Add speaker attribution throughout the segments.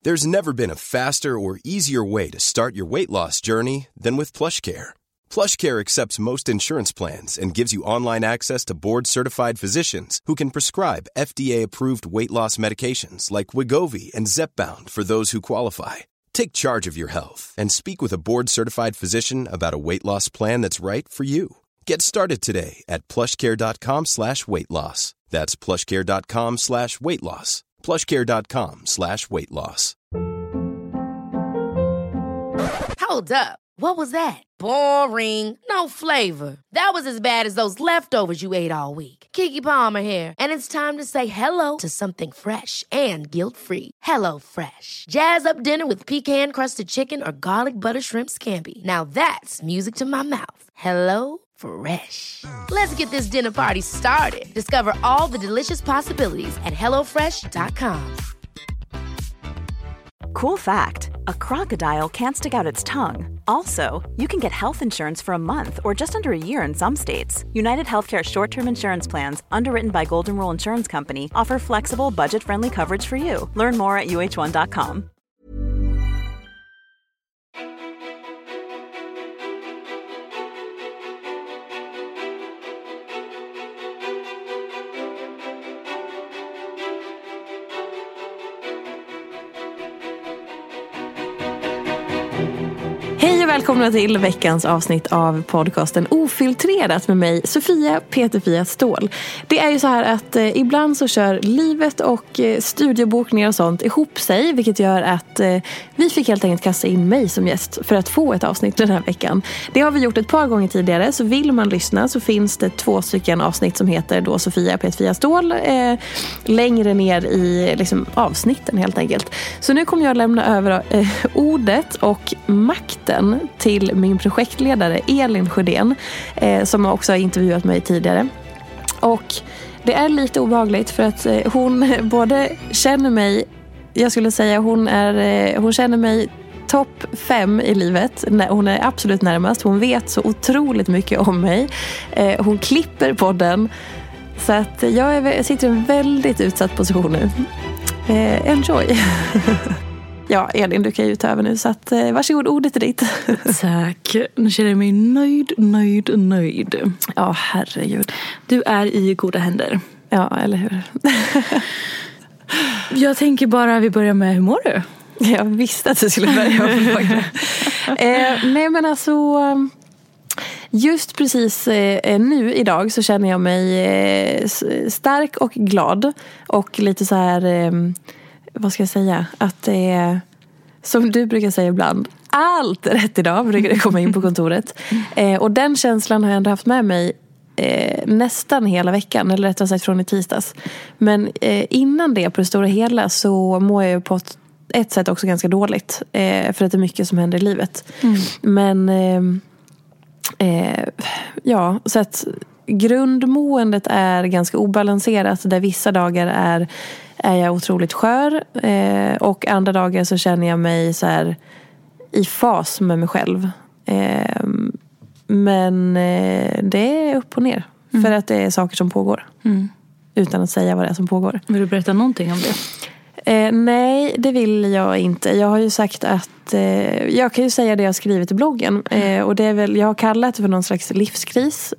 Speaker 1: There's never been a faster or easier way to start your weight loss journey than with PlushCare. PlushCare accepts most insurance plans and gives you online access to board-certified physicians who can prescribe FDA-approved weight loss medications like Wegovy and Zepbound for those who qualify. Take charge of your health and speak with a board-certified physician about a weight loss plan that's right for you. Get started today at plushcare.com/weightloss. That's plushcare.com/weightloss. plushcare.com/weightloss.
Speaker 2: Hold up. What was that? Boring. No flavor. That was as bad as those leftovers you ate all week. Keke Palmer here, and it's time to say hello to something fresh and guilt-free. Hello Fresh. Jazz up dinner with pecan-crusted chicken or garlic butter shrimp scampi. Now that's music to my mouth. Hello Fresh. Let's get this dinner party started. Discover all the delicious possibilities at hellofresh.com.
Speaker 3: Cool fact, a crocodile can't stick out its tongue. Also, you can get health insurance for a month or just under a year in some states. United Healthcare short-term insurance plans, underwritten by Golden Rule Insurance Company, offer flexible, budget-friendly coverage for you. Learn more at uh1.com.
Speaker 4: Hej och välkomna till veckans avsnitt av podcasten Ofiltrerat med mig, Sofia Peterfia Ståhl. Det är ju så här att ibland så kör livet och studiebokningar och sånt ihop sig, vilket gör att vi fick helt enkelt kasta in mig som gäst för att få ett avsnitt den här veckan. Det har vi gjort ett par gånger tidigare, så vill man lyssna så finns det 2 stycken avsnitt som heter då Sofia Peterfia Ståhl längre ner i liksom, avsnitten helt enkelt. Så nu kommer jag lämna över ordet och makten till min projektledare Elin Sjödén, som också har intervjuat mig tidigare. Och det är lite obehagligt för att hon både känner mig, jag skulle säga hon känner mig topp 5 i livet. Hon är absolut närmast. Hon vet så otroligt mycket om mig. Hon klipper podden. Så att jag sitter i en väldigt utsatt position nu. Enjoy! Ja, Elin, du kan ju ta över nu, så att, varsågod, ordet är ditt.
Speaker 5: Tack. Nu känner jag mig nöjd.
Speaker 4: Ja, herregud.
Speaker 5: Du är i goda händer.
Speaker 4: Ja, eller hur?
Speaker 5: Jag tänker bara vi börjar med, hur mår du?
Speaker 4: Jag visste att du skulle börja med nej, men alltså, just precis nu idag så känner jag mig stark och glad. Och lite så här... vad ska jag säga? Att det är, som du brukar säga ibland, allt rätt idag brukar det komma in på kontoret. Och den känslan har jag ändå haft med mig nästan hela veckan, eller rättare sagt från i tisdags. Men innan det, på det stora hela, så mår jag ju på ett sätt också ganska dåligt. För att det är mycket som händer i livet. Men ja, så att grundmåendet är ganska obalanserat, där vissa dagar är jag otroligt skör, och andra dagar så känner jag mig så här i fas med mig själv. Men det är upp och ner, för att det är saker som pågår utan att säga vad det är som pågår.
Speaker 5: Vill du berätta någonting om det?
Speaker 4: Nej, det vill jag inte. Jag har ju sagt att jag kan ju säga det jag skrivit i bloggen, och det är väl, jag har kallat det för någon slags livskris.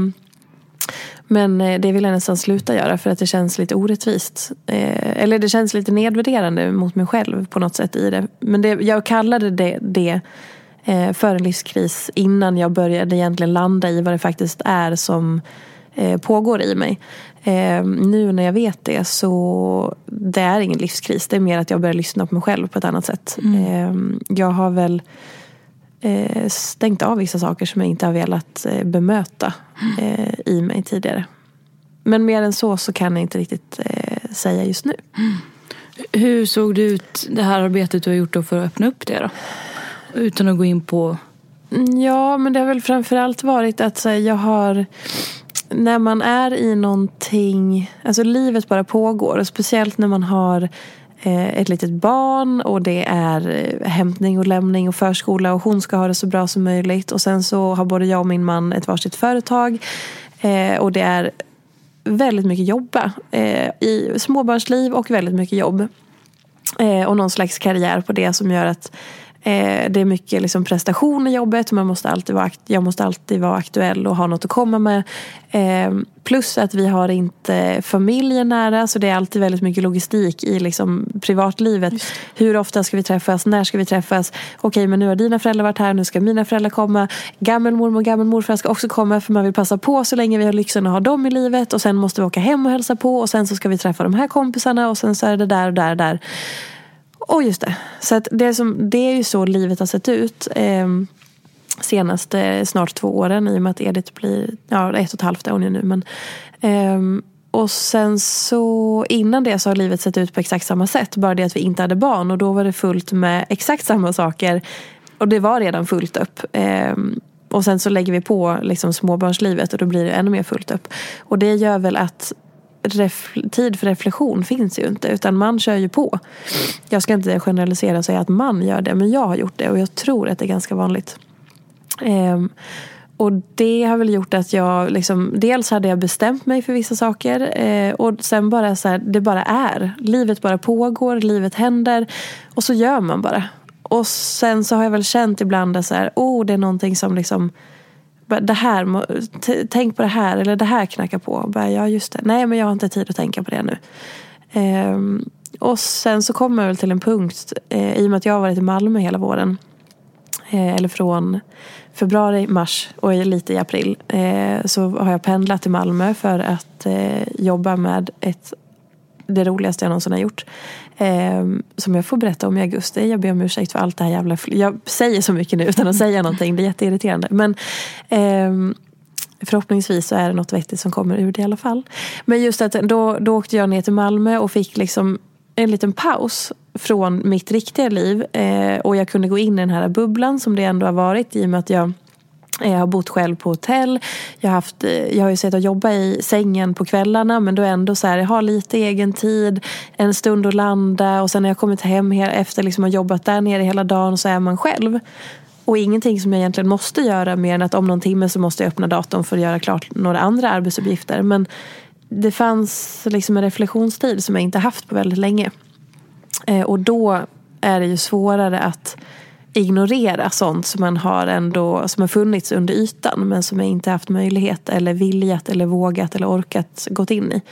Speaker 4: Men det vill jag nästan sluta göra, för att det känns lite orättvist. Eller det känns lite nedvärderande mot mig själv på något sätt i det. Men jag kallade det för en livskris innan jag började egentligen landa i vad det faktiskt är som pågår i mig. Nu när jag vet det, så det är ingen livskris. Det är mer att jag börjar lyssna på mig själv på ett annat sätt. Jag har väl stängt av vissa saker som jag inte har velat bemöta i mig tidigare. Men mer än så kan jag inte riktigt säga just nu.
Speaker 5: Hur såg det ut, det här arbetet du har gjort då, för att öppna upp det då? Utan att gå in på...
Speaker 4: Ja, men det har väl framförallt varit att jag har... När man är i någonting... Alltså livet bara pågår. Och speciellt när man har ett litet barn, och det är hämtning och lämning och förskola, och hon ska ha det så bra som möjligt. Och sen så har både jag och min man ett varsitt företag, och det är väldigt mycket jobba i småbarnsliv och väldigt mycket jobb. Och någon slags karriär på det som gör att det är mycket liksom prestation i jobbet. Jag måste alltid vara aktuell och ha något att komma med. Plus att vi har inte familjen nära, så det är alltid väldigt mycket logistik i liksom privatlivet. Just. Hur ofta ska vi träffas? När ska vi träffas? Okej, men nu har dina föräldrar varit här, nu ska mina föräldrar komma. Gammelmormor och gammelmorfar ska också komma, för man vill passa på så länge vi har lyxen att ha dem i livet. Och sen måste vi åka hem och hälsa på, och sen så ska vi träffa de här kompisarna, och sen så är det där och där och där. Och just det. Så att det är ju så livet har sett ut senaste snart 2 åren, i och med att Edith blir 1,5 år nu. Men, och sen så innan det så har livet sett ut på exakt samma sätt. Bara det att vi inte hade barn, och då var det fullt med exakt samma saker. Och det var redan fullt upp. Och sen så lägger vi på liksom småbarnslivet, och då blir det ännu mer fullt upp. Och det gör väl att tid för reflektion finns ju inte, utan man kör ju på. Jag ska inte generalisera och säga att man gör det, men jag har gjort det, och jag tror att det är ganska vanligt. Och det har väl gjort att jag liksom, dels hade jag bestämt mig för vissa saker, och sen bara så här, det bara är. Livet bara pågår, livet händer, och så gör man bara. Och sen så har jag väl känt ibland att så här, det är någonting som liksom, det här, tänk på det här, eller det här knackar på. Bara, ja, just det. Nej, men jag har inte tid att tänka på det nu. Och sen så kommer jag väl till en punkt, i och med att jag har varit i Malmö hela våren, eller från februari, mars och lite i april, så har jag pendlat till Malmö för att jobba med det roligaste jag någonsin har gjort, som jag får berätta om i augusti. Jag ber om ursäkt för allt det här jävla jag säger så mycket nu utan att säga någonting. Det är jätteirriterande. Men förhoppningsvis så är det något vettigt som kommer ur det i alla fall. Men just att då åkte jag ner till Malmö och fick liksom en liten paus från mitt riktiga liv, och jag kunde gå in i den här bubblan som det ändå har varit, i och med att jag har bott själv på hotell. Jag har ju sett att jobba i sängen på kvällarna, men då ändå så här, jag har lite egen tid, en stund att landa, och sen när jag kommit hem efter liksom har jobbat där nere hela dagen, så är man själv. Och ingenting som jag egentligen måste göra, mer än att om någon timme så måste jag öppna datorn för att göra klart några andra arbetsuppgifter. Men det fanns liksom en reflektionstid som jag inte haft på väldigt länge. Och då är det ju svårare att ignorera sånt som man har ändå, som har funnits under ytan, men som jag inte haft möjlighet eller viljat eller vågat eller orkat gått in i.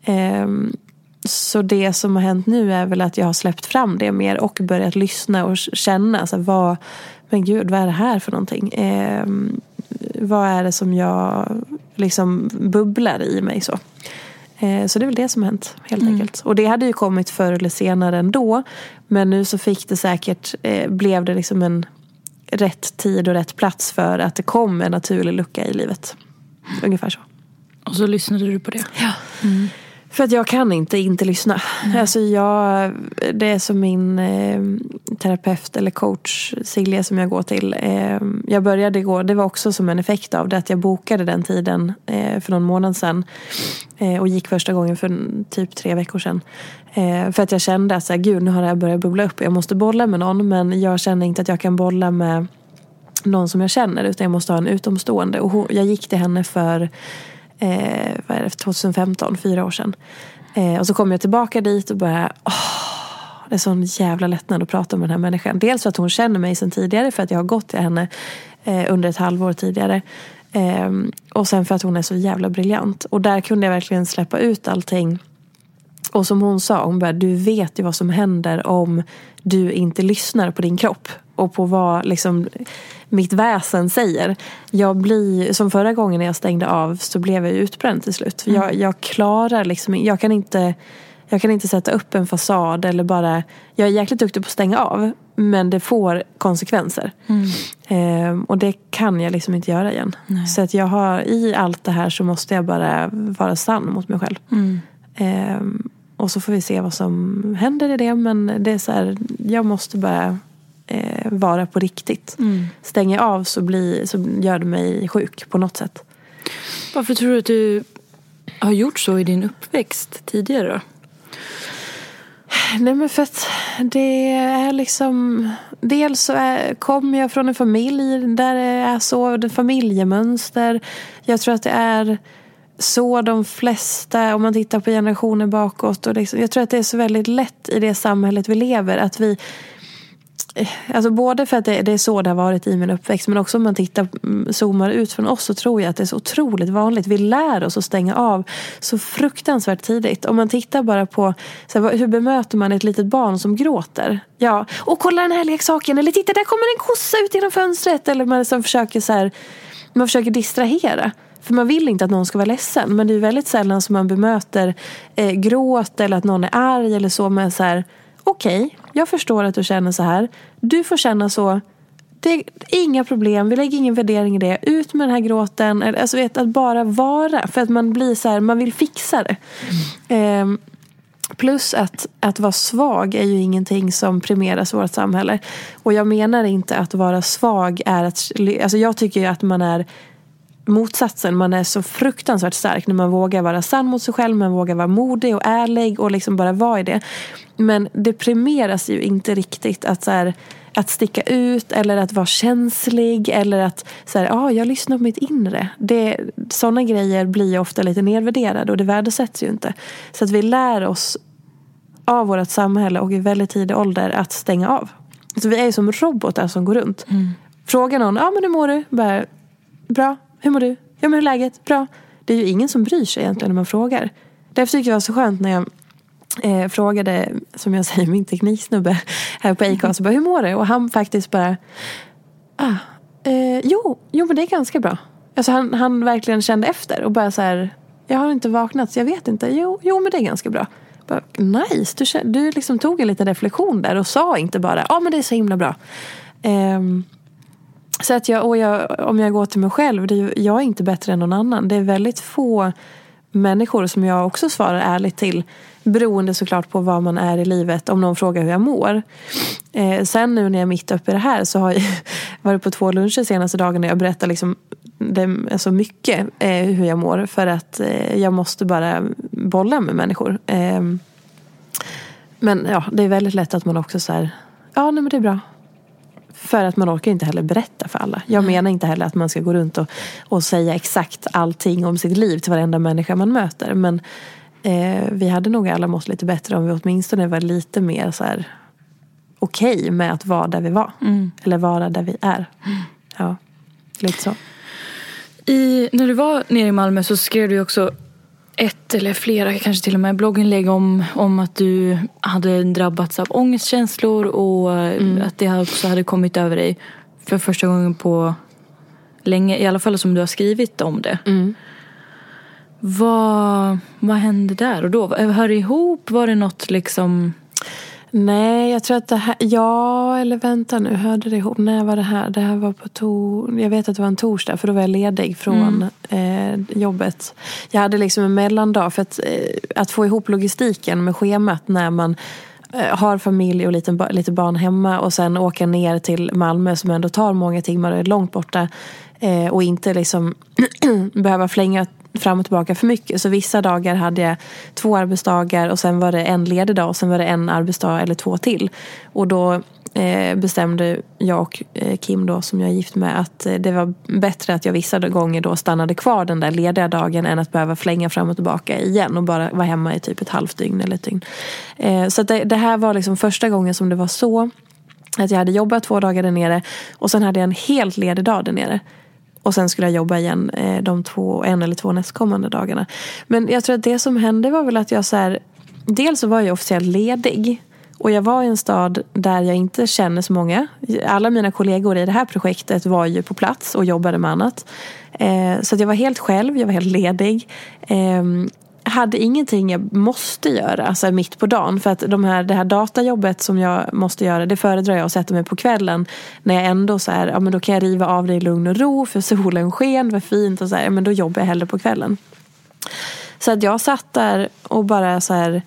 Speaker 4: Så det som har hänt nu är väl att jag har släppt fram det mer och börjat lyssna och känna så här, men gud, vad är det här för någonting? Vad är det som jag liksom bubblar i mig så? Så det är väl det som har hänt, helt enkelt. Och det hade ju kommit förr eller senare ändå. Men nu så fick det säkert, blev det liksom en rätt tid och rätt plats för att det kom en naturlig lucka i livet. Ungefär så.
Speaker 5: Och så lyssnade du på det?
Speaker 4: Ja. För att jag kan inte lyssna. Alltså det är som min terapeut eller coach Silja som jag går till. Jag började gå, det var också som en effekt av det, att jag bokade den tiden för någon månad sedan. Och gick första gången för typ 3 veckor sedan. För att jag kände att gud, nu har det här börjat bubbla upp. Jag måste bolla med någon, men jag känner inte att jag kan bolla med någon som jag känner, utan jag måste ha en utomstående. Och jag gick till henne för 2015, 4 år sedan. Och så kom jag tillbaka dit och bara det är sån jävla lättnad att prata med den här människan. Dels för att hon känner mig sedan tidigare, för att jag har gått till henne under ett halvår tidigare. Och sen för att hon är så jävla briljant. Och där kunde jag verkligen släppa ut allting. Och som hon sa, hon bara, du vet ju vad som händer om du inte lyssnar på din kropp och på vad liksom mitt väsen säger. Jag blir, som förra gången när jag stängde av, så blev jag utbränd till slut. Jag klarar liksom, jag kan inte sätta upp en fasad eller bara, jag är jäkligt duktig på att stänga av, men det får konsekvenser. Och det kan jag liksom inte göra igen. Nej. Så att jag har, i allt det här så måste jag bara vara sann mot mig själv. Och så får vi se vad som händer i det, men det är så här, jag måste bara vara på riktigt. Stänger av så gör det mig sjuk på något sätt.
Speaker 5: Varför tror du att du har gjort så i din uppväxt tidigare då?
Speaker 4: Nej, men för att det är liksom, dels så kommer jag från en familj där det är så, det familjemönster. Jag tror att det är så de flesta, om man tittar på generationer bakåt, och liksom, jag tror att det är så väldigt lätt i det samhället vi lever att vi, alltså både för att det är så det har varit i min uppväxt, men också om man zoomar ut från oss, så tror jag att det är så otroligt vanligt. Vi lär oss att stänga av så fruktansvärt tidigt. Om man tittar bara på så här, hur bemöter man ett litet barn som gråter? Ja, och kolla den här leksaken, eller titta, där kommer en kossa ut genom fönstret, eller man som försöker så här, man försöker distrahera. För man vill inte att någon ska vara ledsen, men det är väldigt sällan som man bemöter gråt eller att någon är arg eller så, med så här: okej, jag förstår att du känner så här. Du får känna så. Det är inga problem. Vi lägger ingen värdering i det. Ut med den här gråten. Alltså att bara vara. För att man blir så här, man vill fixa det. Plus att vara svag är ju ingenting som premieras i vårt samhälle. Och jag menar inte att vara svag är att... Alltså jag tycker ju att man är motsatsen. Man är så fruktansvärt stark när man vågar vara sann mot sig själv. Man vågar vara modig och ärlig och liksom bara vara i det. Men det premieras ju inte riktigt att så här, att sticka ut eller att vara känslig eller att så här, jag lyssnar på mitt inre. Sådana grejer blir ju ofta lite nedvärderade och det värdesätts ju inte. Så att vi lär oss av vårt samhälle och i väldigt tidig ålder att stänga av. Så vi är ju som robotar som går runt. Frågar någon, men hur mår du? Bara, bra. Hur mår du? Ja, men hur är läget? Bra. Det är ju ingen som bryr sig egentligen när man frågar. Därför tycker jag det var så skönt när jag frågade, som jag säger, min tekniksnubbe här på Acast, bara, hur mår du? Och han faktiskt bara, jo men det är ganska bra. Alltså han verkligen kände efter och bara så här, jag har inte vaknat så jag vet inte. Jo men det är ganska bra. Bara, nice, du liksom tog en liten reflektion där och sa inte bara, men det är så himla bra. Så att om jag går till mig själv, jag är inte bättre än någon annan. Det är väldigt få människor som jag också svarar ärligt till, beroende såklart på vad man är i livet, om någon frågar hur jag mår. Sen nu när jag är mitt uppe i det här så har jag varit på 2 luncher senaste dagen när jag berättar liksom så mycket hur jag mår, för att jag måste bara bolla med människor. Men ja, det är väldigt lätt att man också så här, nej men det är bra. För att man orkar inte heller berätta för alla. Jag menar inte heller att man ska gå runt och säga exakt allting om sitt liv till varenda människa man möter. Men vi hade nog alla mått lite bättre om vi åtminstone var lite mer så här okej med att vara där vi var. Eller vara där vi är. Ja, lite så.
Speaker 5: När du var nere i Malmö så skrev du också ett eller flera, kanske till och med blogginlägg om att du hade drabbats av ångestkänslor och att det också hade kommit över dig för första gången på länge, i alla fall som du har skrivit om det. Vad hände där och då? Hör det ihop? Var det något liksom...
Speaker 4: Nej, jag tror att det här... Ja, eller vänta nu. Hörde det ihop? När var det här? Det här var på jag vet att det var en torsdag, för då var jag ledig från jobbet. Jag hade liksom en mellandag för att få ihop logistiken med schemat när man har familj och lite barn hemma och sen åka ner till Malmö som ändå tar många timmar och är långt borta och inte liksom behöva flänga fram och tillbaka för mycket. Så vissa dagar hade jag 2 arbetsdagar och sen var det en ledig dag och sen var det en arbetsdag eller 2 till. Och då bestämde jag och Kim då, som jag är gift med, att det var bättre att jag vissa gånger då stannade kvar den där lediga dagen än att behöva flänga fram och tillbaka igen och bara vara hemma i typ ett halvt dygn eller ett dygn. Så att det här var liksom första gången som det var så att jag hade jobbat 2 dagar där nere och sen hade jag en helt ledig dag där nere. Och sen skulle jag jobba igen de 1 eller 2 nästkommande dagarna. Men jag tror att det som hände var väl att jag så här... Dels så var jag officiellt ledig. Och jag var i en stad där jag inte känner så många. Alla mina kollegor i det här projektet var ju på plats och jobbade med annat. Så att jag var helt själv, jag var helt ledig. Hade ingenting jag måste göra alltså mitt på dagen, för att det här datajobbet som jag måste göra, det föredrar jag att sätta mig på kvällen när jag ändå så här, men då kan jag riva av det i lugn och ro för solen sken, var fint och så här, men då jobbar jag hellre på kvällen. Så att jag satt där och bara så här,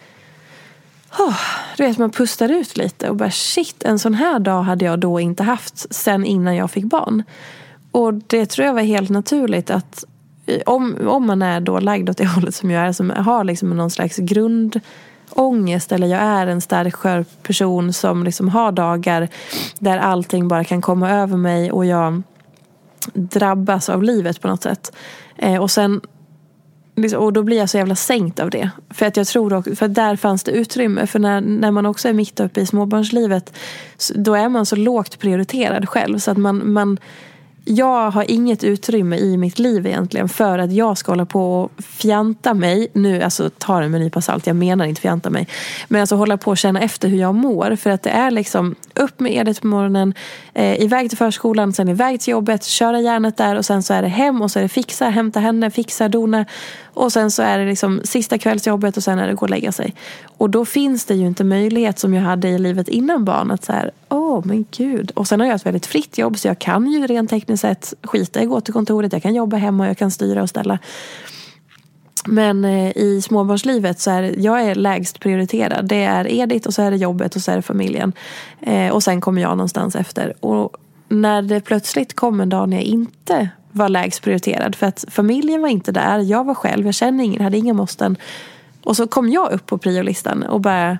Speaker 4: du vet, man pustar ut lite och bara shit, en sån här dag hade jag då inte haft sen innan jag fick barn. Och det tror jag var helt naturligt att om man är då lagd åt det hållet som jag är, som har liksom någon slags grundångest, eller jag är en stark skör person som liksom har dagar där allting bara kan komma över mig och jag drabbas av livet på något sätt. Och sen Och då blir jag så jävla sänkt av det. För att jag tror också, för där fanns det utrymme. För när man också är mitt uppe i småbarnslivet, då är man så lågt prioriterad själv. Så att jag har inget utrymme i mitt liv egentligen för att jag ska hålla på och fjanta mig. Nu, alltså ta det med en nypa salt, jag menar inte fjanta mig. Men alltså hålla på och känna efter hur jag mår. För att det är liksom upp med Edith på morgonen, iväg till förskolan, sen iväg till jobbet, köra järnet där och sen så är det hem och så är det fixa, hämta henne, fixa, dona. Och sen så är det liksom sista kvällsjobbet och sen är det gå och lägga sig. Och då finns det ju inte möjlighet som jag hade i livet innan barn att så här, men gud. Och sen har jag ett väldigt fritt jobb så jag kan ju rent tekniskt sett skita i gå till kontoret. Jag kan jobba hemma och jag kan styra och ställa. Men i småbarnslivet så är jag är lägst prioriterad. Det är Edith och så är det jobbet och så är det familjen. Och sen kommer jag någonstans efter. Och när det plötsligt kom en dag när jag inte var lägst prioriterad. För att familjen var inte där. Jag var själv, jag kände ingen, hade inga måsten. Och så kom jag upp på priolistan och bara...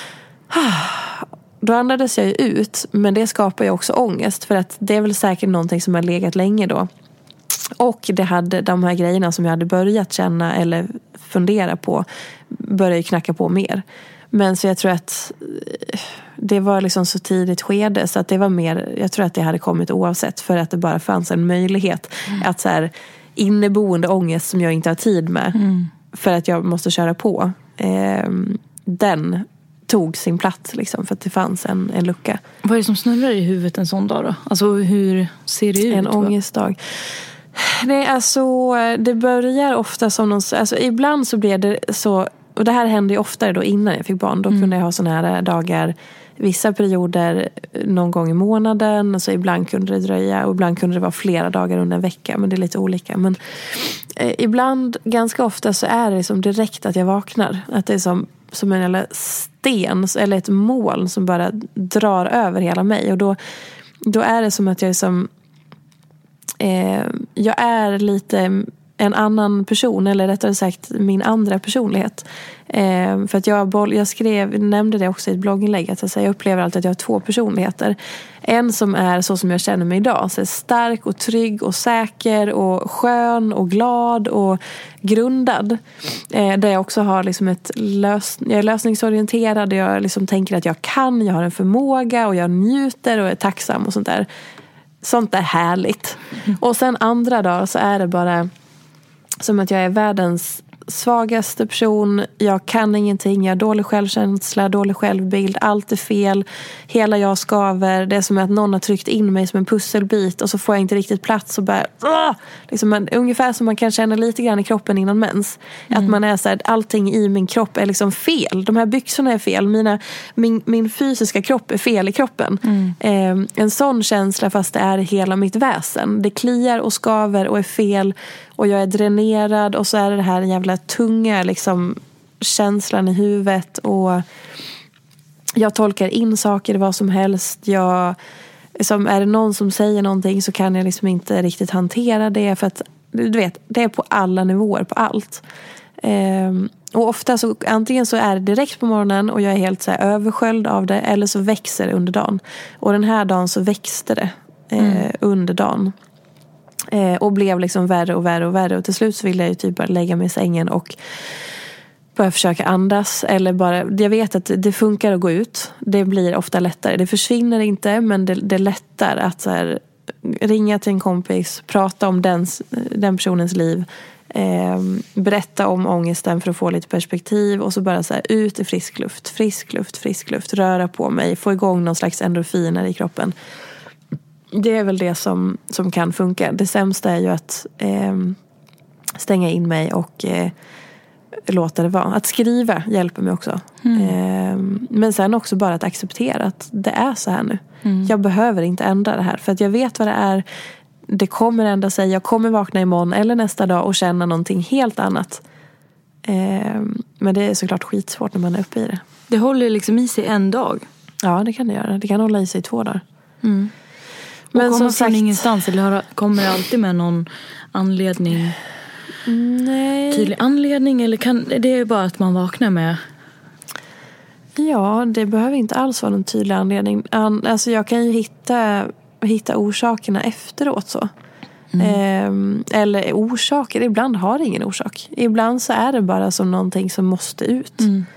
Speaker 4: Då andades jag ju ut, men det skapar ju också ångest. För att det är väl säkert någonting som har legat länge då. Och det hade de här grejerna som jag hade börjat känna eller fundera på började ju knacka på mer. Men så jag tror att det var liksom så tidigt skede så att det var mer, jag tror att det hade kommit oavsett för att det bara fanns en möjlighet att så här inneboende ångest som jag inte har tid med för att jag måste köra på. Den tog sin plats liksom för att det fanns en lucka.
Speaker 5: Vad är det som snurrar i huvudet en sån dag då? Alltså hur ser det ut?
Speaker 4: En ångestdag. Nej, alltså det börjar ofta som någon, alltså ibland så blir det så, och det här hände ju oftare då innan jag fick barn. Då kunde jag ha såna här dagar vissa perioder någon gång i månaden, alltså ibland kunde det dröja och ibland kunde det vara flera dagar under en vecka, men det är lite olika. Men ibland, ganska ofta så är det liksom direkt att jag vaknar, att det är som en jävla sten eller ett moln som bara drar över hela mig. Och då är det som att jag liksom jag är lite en annan person, eller rättare sagt min andra personlighet. För att jag nämnde det också i ett blogginlägg, att jag upplever alltid att jag har två personligheter. En som är så som jag känner mig idag, så stark och trygg och säker och skön och glad och grundad. Där jag också har liksom jag är lösningsorienterad, jag liksom tänker att jag har en förmåga och jag njuter och är tacksam och sånt där. Sånt är härligt. Och sen andra dagar så är det bara som att jag är världens svagaste person. Jag kan ingenting. Jag har dålig självkänsla, dålig självbild. Allt är fel. Hela jag skaver. Det är som att någon har tryckt in mig som en pusselbit och så får jag inte riktigt plats och bara... Liksom ungefär som man kan känna lite grann i kroppen innan mens. Att man är så här, allting i min kropp är liksom fel. De här byxorna är fel. Min fysiska kropp är fel i kroppen. En sån känsla fast det är hela mitt väsen. Det kliar och skaver och är fel. Och jag är dränerad och så är det här en jävla tunga liksom, känslan i huvudet. Och jag tolkar in saker vad som helst. Är det någon som säger någonting så kan jag liksom inte riktigt hantera det. För att du vet, det är på alla nivåer, på allt. Och ofta så antingen så är det direkt på morgonen och jag är helt så här översköljd av det. Eller så växer det under dagen. Och den här dagen så växte det under dagen. Och blev liksom värre och värre och värre. Och till slut så ville jag ju typ bara lägga mig i sängen och börja försöka andas. Eller bara, jag vet att det funkar att gå ut. Det blir ofta lättare. Det försvinner inte, men det är lättare att så här, ringa till en kompis, prata om den personens liv. Berätta om ångesten för att få lite perspektiv. Och så bara så här, ut i frisk luft. Röra på mig, få igång någon slags endorfiner i kroppen. Det är väl det som kan funka. Det sämsta är ju att stänga in mig och låta det vara. Att skriva hjälper mig också. Men sen också bara att acceptera att det är så här nu. Jag behöver inte ändra det här. För att jag vet vad det är. Det kommer ändra sig. Jag kommer vakna imorgon eller nästa dag och känna någonting helt annat. Men det är såklart skitsvårt när man är uppe i det.
Speaker 5: Det håller liksom i sig en dag.
Speaker 4: Ja, det kan det göra. Det kan hålla i sig 2 dagar.
Speaker 5: Men kommer som från ingenstans eller kommer det alltid med någon anledning?
Speaker 4: Nej.
Speaker 5: Tydlig anledning eller kan det är bara att man vaknar med?
Speaker 4: Ja, det behöver inte alls vara någon tydlig anledning. Alltså jag kan ju hitta orsakerna efteråt så. Eller orsaker. Ibland har det ingen orsak. Ibland så är det bara som någonting som måste ut.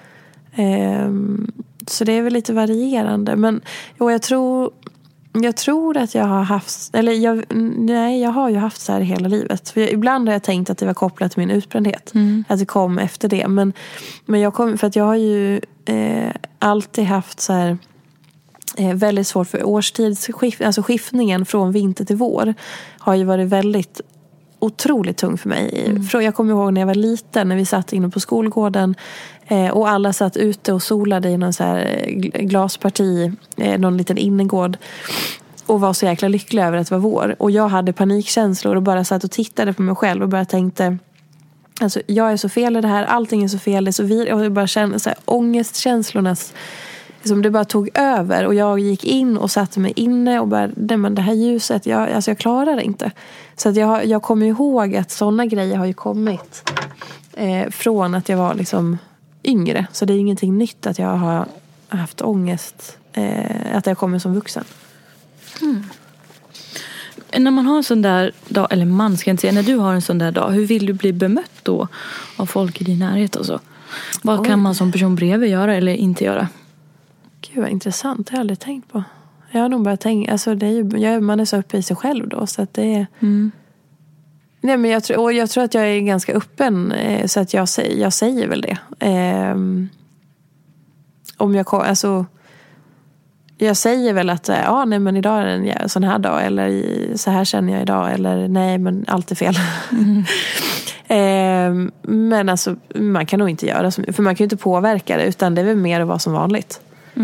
Speaker 4: Så det är väl lite varierande. Men jag tror att jag har haft... Eller jag har ju haft så här hela livet. För ibland har jag tänkt att det var kopplat till min utbrändhet. Att det kom efter det. Men för att jag har ju alltid haft så här... väldigt svårt för alltså skiftningen från vinter till vår har ju varit väldigt otroligt tung för mig. Jag kommer ihåg när jag var liten, när vi satt inne på skolgården och alla satt ute och solade i någon så här glasparti, någon liten innergård, och var så jäkla lycklig över att det var vår. Och jag hade panikkänslor och bara satt och tittade på mig själv och bara tänkte, alltså jag är så fel i det här, allting är så fel, det är så och jag bara kände så här, ångestkänslornas som det bara tog över, och jag gick in och satte mig inne och bara, det här ljuset, jag klarar det inte. Så att jag kommer ihåg att sådana grejer har ju kommit från att jag var liksom yngre. Så det är ingenting nytt att jag har haft ångest, att jag kommer som vuxen.
Speaker 5: När man har en sån där dag, eller man ska inte säga, när du har en sån där dag, hur vill du bli bemött då av folk i din närhet och så? Vad kan man som person bredvid göra eller inte göra?
Speaker 4: Gud vad intressant, det har jag aldrig tänkt på. Jag har nog bara tänkt, alltså det är ju, man är så uppe i sig själv då, så att det är... Nej, men jag tror att jag är ganska öppen, så att jag säger väl det. Om jag säger väl att nej men idag är en sån här dag, eller så här känner jag idag, eller nej men allt är fel. Men alltså man kan nog inte göra så, för man kan ju inte påverka det, utan det är väl mer att vara som vanligt.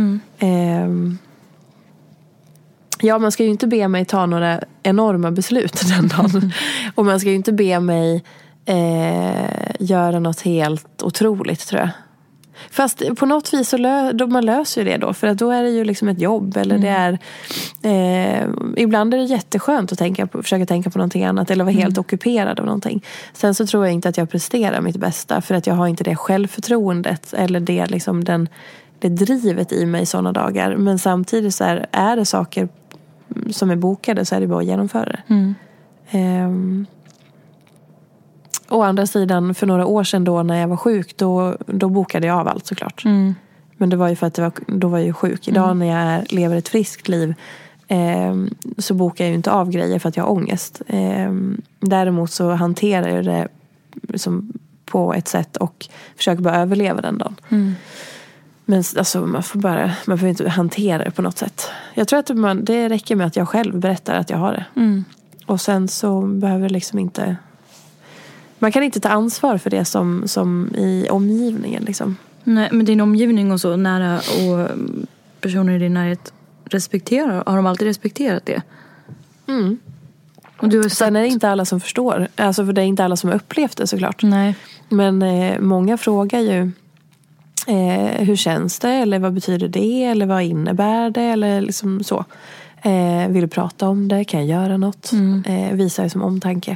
Speaker 4: Ja, man ska ju inte be mig ta några enorma beslut den dagen. Och man ska ju inte be mig göra något helt otroligt, tror jag. Fast på något vis så man löser ju det då. För att då är det ju liksom ett jobb. Eller det är... ibland är det jätteskönt att försöka tänka på någonting annat. Eller vara helt ockuperad av någonting. Sen så tror jag inte att jag presterar mitt bästa. För att jag har inte det självförtroendet. Eller det liksom det drivet i mig sådana dagar. Men samtidigt så är det saker som är bokade, så är det bara att genomföra det. Å andra sidan, för några år sedan då när jag var sjuk, då bokade jag av allt såklart. Men det var ju för att då var jag ju sjuk. Idag när jag lever ett friskt liv så bokar jag ju inte av grejer för att jag har ångest. Däremot så hanterar jag det liksom på ett sätt och försöker bara överleva den dagen. Men alltså, man får inte hantera det på något sätt. Jag tror att det räcker med att jag själv berättar att jag har det. Och sen så behöver det liksom inte... Man kan inte ta ansvar för det som i omgivningen liksom.
Speaker 5: Nej, men din omgivning och så nära och personer i din närhet har de alltid respekterat det? Och sen är det inte alla som förstår. Alltså, för det är inte alla som har upplevt det såklart. Nej. Men många frågar ju hur känns det? Eller vad betyder det? Eller vad innebär det? Eller liksom så. Vill du prata om det? Kan jag göra något? Visa det som omtanke.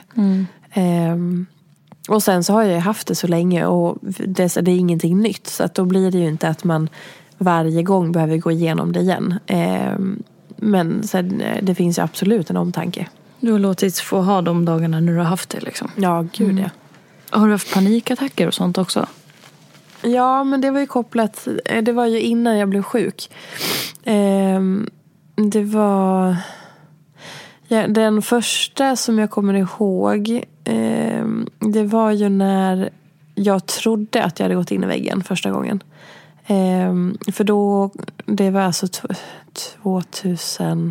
Speaker 5: Och sen så har jag haft det så länge. Och det är ingenting nytt. Så att då blir det ju inte att man varje gång behöver gå igenom det igen. Men sen, det finns ju absolut en omtanke. Du har låtit få ha de dagarna när du har haft det liksom.
Speaker 4: Ja, gud ja.
Speaker 5: Har du haft panikattacker och sånt också?
Speaker 4: Ja, men det var ju kopplat... Det var ju innan jag blev sjuk. Det var... Ja, den första som jag kommer ihåg... det var ju när jag trodde att jag hade gått in i väggen första gången. För då... Det var alltså 2000...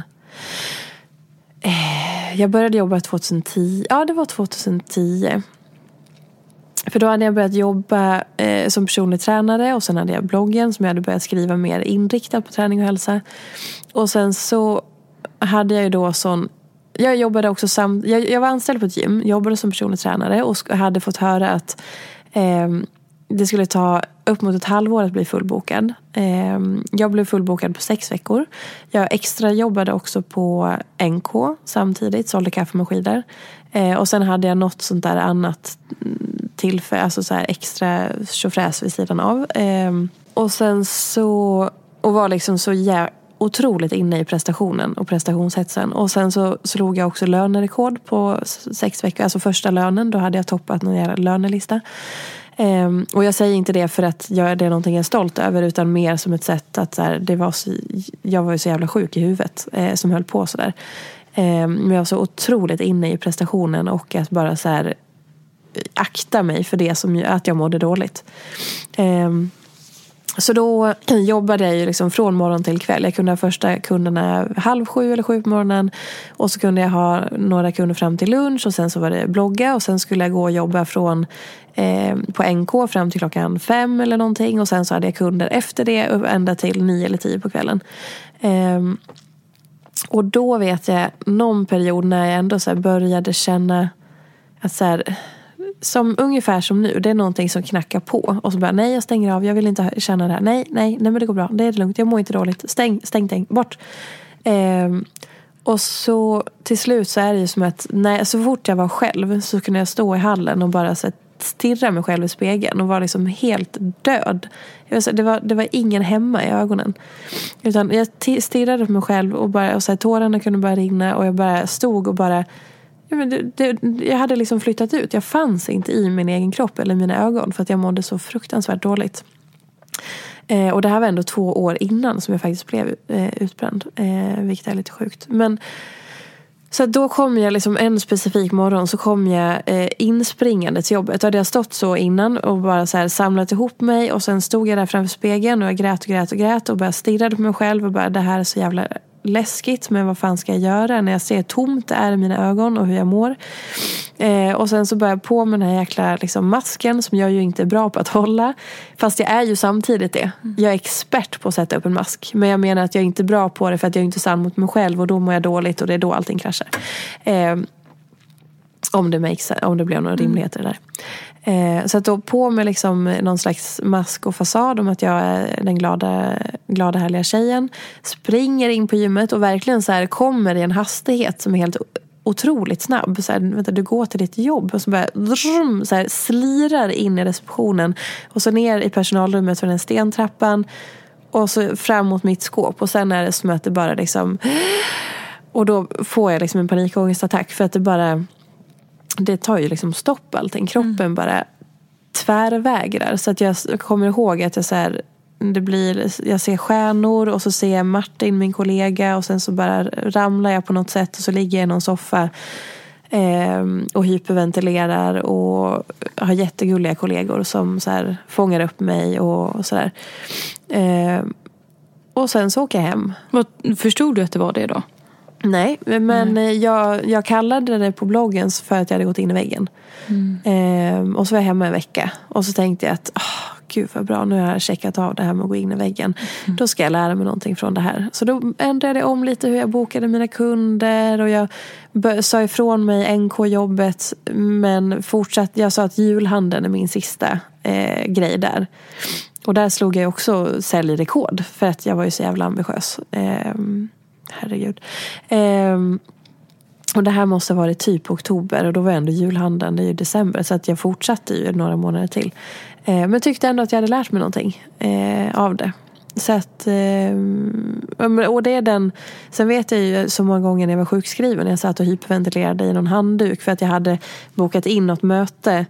Speaker 4: jag började jobba 2010. Ja, det var 2010. För då hade jag börjat jobba som personlig tränare. Och sen hade jag bloggen som jag hade börjat skriva mer inriktat på träning och hälsa. Och sen så hade jag ju då jag jobbade också jag var anställd på ett gym. Jobbade som personlig tränare. Och hade fått höra att det skulle ta upp mot ett halvår att bli fullbokad. Jag blev fullbokad på 6 veckor. Jag extra jobbade också på NK samtidigt. Sålde kaffemaskiner. Och sen hade jag något sånt där annat tillfälle. Alltså så här extra tjofräs vid sidan av. Och sen så... Och var liksom så otroligt inne i prestationen och prestationshetsen. Och sen så slog jag också lönerekord på 6 veckor. Alltså första lönen, då hade jag toppat någon jävla lönelista. Och jag säger inte det för att det är någonting jag är stolt över, utan mer som ett sätt att så här, jag var ju så jävla sjuk i huvudet som höll på sådär. Men jag var så otroligt inne i prestationen och att bara så här akta mig för det som att jag mådde dåligt. Så då jobbade jag ju liksom från morgon till kväll. Jag kunde ha första kunderna 6:30 eller 7 på morgonen. Och så kunde jag ha några kunder fram till lunch. Och sen så var det blogga. Och sen skulle jag gå och jobba från på NK fram till 5 eller någonting. Och sen så hade jag kunder efter det ända till 9 eller 10 på kvällen. Och då vet jag någon period när jag ändå så här började känna att så här, ungefär som nu, det är någonting som knackar på. Och så bara, nej jag stänger av, jag vill inte känna det här. Nej men det går bra, det är lugnt, jag mår inte dåligt. Stäng, bort. Och så till slut så är det ju som att så fort jag var själv så kunde jag stå i hallen och bara så stirra mig själv i spegeln och var liksom helt död. Det var ingen hemma i ögonen. Utan jag stirrade på mig själv och bara, och så här, tårarna kunde bara rinna och jag bara stod och bara jag hade liksom flyttat ut. Jag fanns inte i min egen kropp eller mina ögon för att jag mådde så fruktansvärt dåligt. Och det här var ändå 2 år innan som jag faktiskt blev utbränd. Vilket är lite sjukt. Men så då kom jag liksom en specifik morgon så kom jag inspringande till jobbet. Då hade jag stått så innan och bara så här samlat ihop mig. Och sen stod jag där framför spegeln och jag grät och bara stirrade på mig själv och bara, det här är så jävla läskigt, men vad fan ska jag göra när jag ser tomt det är i mina ögon och hur jag mår. Och sen så började jag på med den här jäkla liksom, masken som jag ju inte är bra på att hålla. Fast jag är ju samtidigt det. Jag är expert på att sätta upp en mask. Men jag menar att jag är inte bra på det för att jag är inte sann mot mig själv och då mår jag dåligt och det är då allting kraschar. Om det blev några rimligheter där. Så att då på med liksom någon slags mask och fasad om att jag är den glada härliga tjejen. Springer in på gymmet och verkligen så här kommer i en hastighet som är helt otroligt snabb. Så här, du går till ditt jobb och så bara så här, slirar in i receptionen. Och så ner i personalrummet för den stentrappan. Och så fram mot mitt skåp. Och sen är det som att det bara liksom... Och då får jag liksom en panikångestattack för att det tar ju liksom stopp allting. Kroppen bara tvärvägrar. Så att jag kommer ihåg att jag så här, jag ser stjärnor och så ser jag Martin, min kollega, och sen så bara ramlar jag på något sätt och så ligger jag i någon soffa och hyperventilerar och har jättegulliga kollegor som så här fångar upp mig och så där. Och sen så åker jag hem.
Speaker 5: Förstod du att det var det då?
Speaker 4: Nej, men jag kallade det på bloggen för att jag hade gått in i väggen. Och så var jag hemma en vecka. Och så tänkte jag att, gud vad bra, nu har jag checkat av det här med att gå in i väggen. Då ska jag lära mig någonting från det här. Så då ändrade jag om lite hur jag bokade mina kunder. Och jag sa ifrån mig NK-jobbet. Men jag sa att julhandeln är min sista grej där. Och där slog jag också säljrekord. För att jag var ju så jävla ambitiös. Herregud. Och det här måste ha varit typ oktober. Och då var ändå julhandeln i december. Så att jag fortsatte ju några månader till. Men tyckte ändå att jag hade lärt mig någonting av det. Så att, och det är den. Sen vet jag ju så många gånger när jag var sjukskriven. Jag satt och hyperventilerade i någon handduk. För att jag hade bokat in något möte.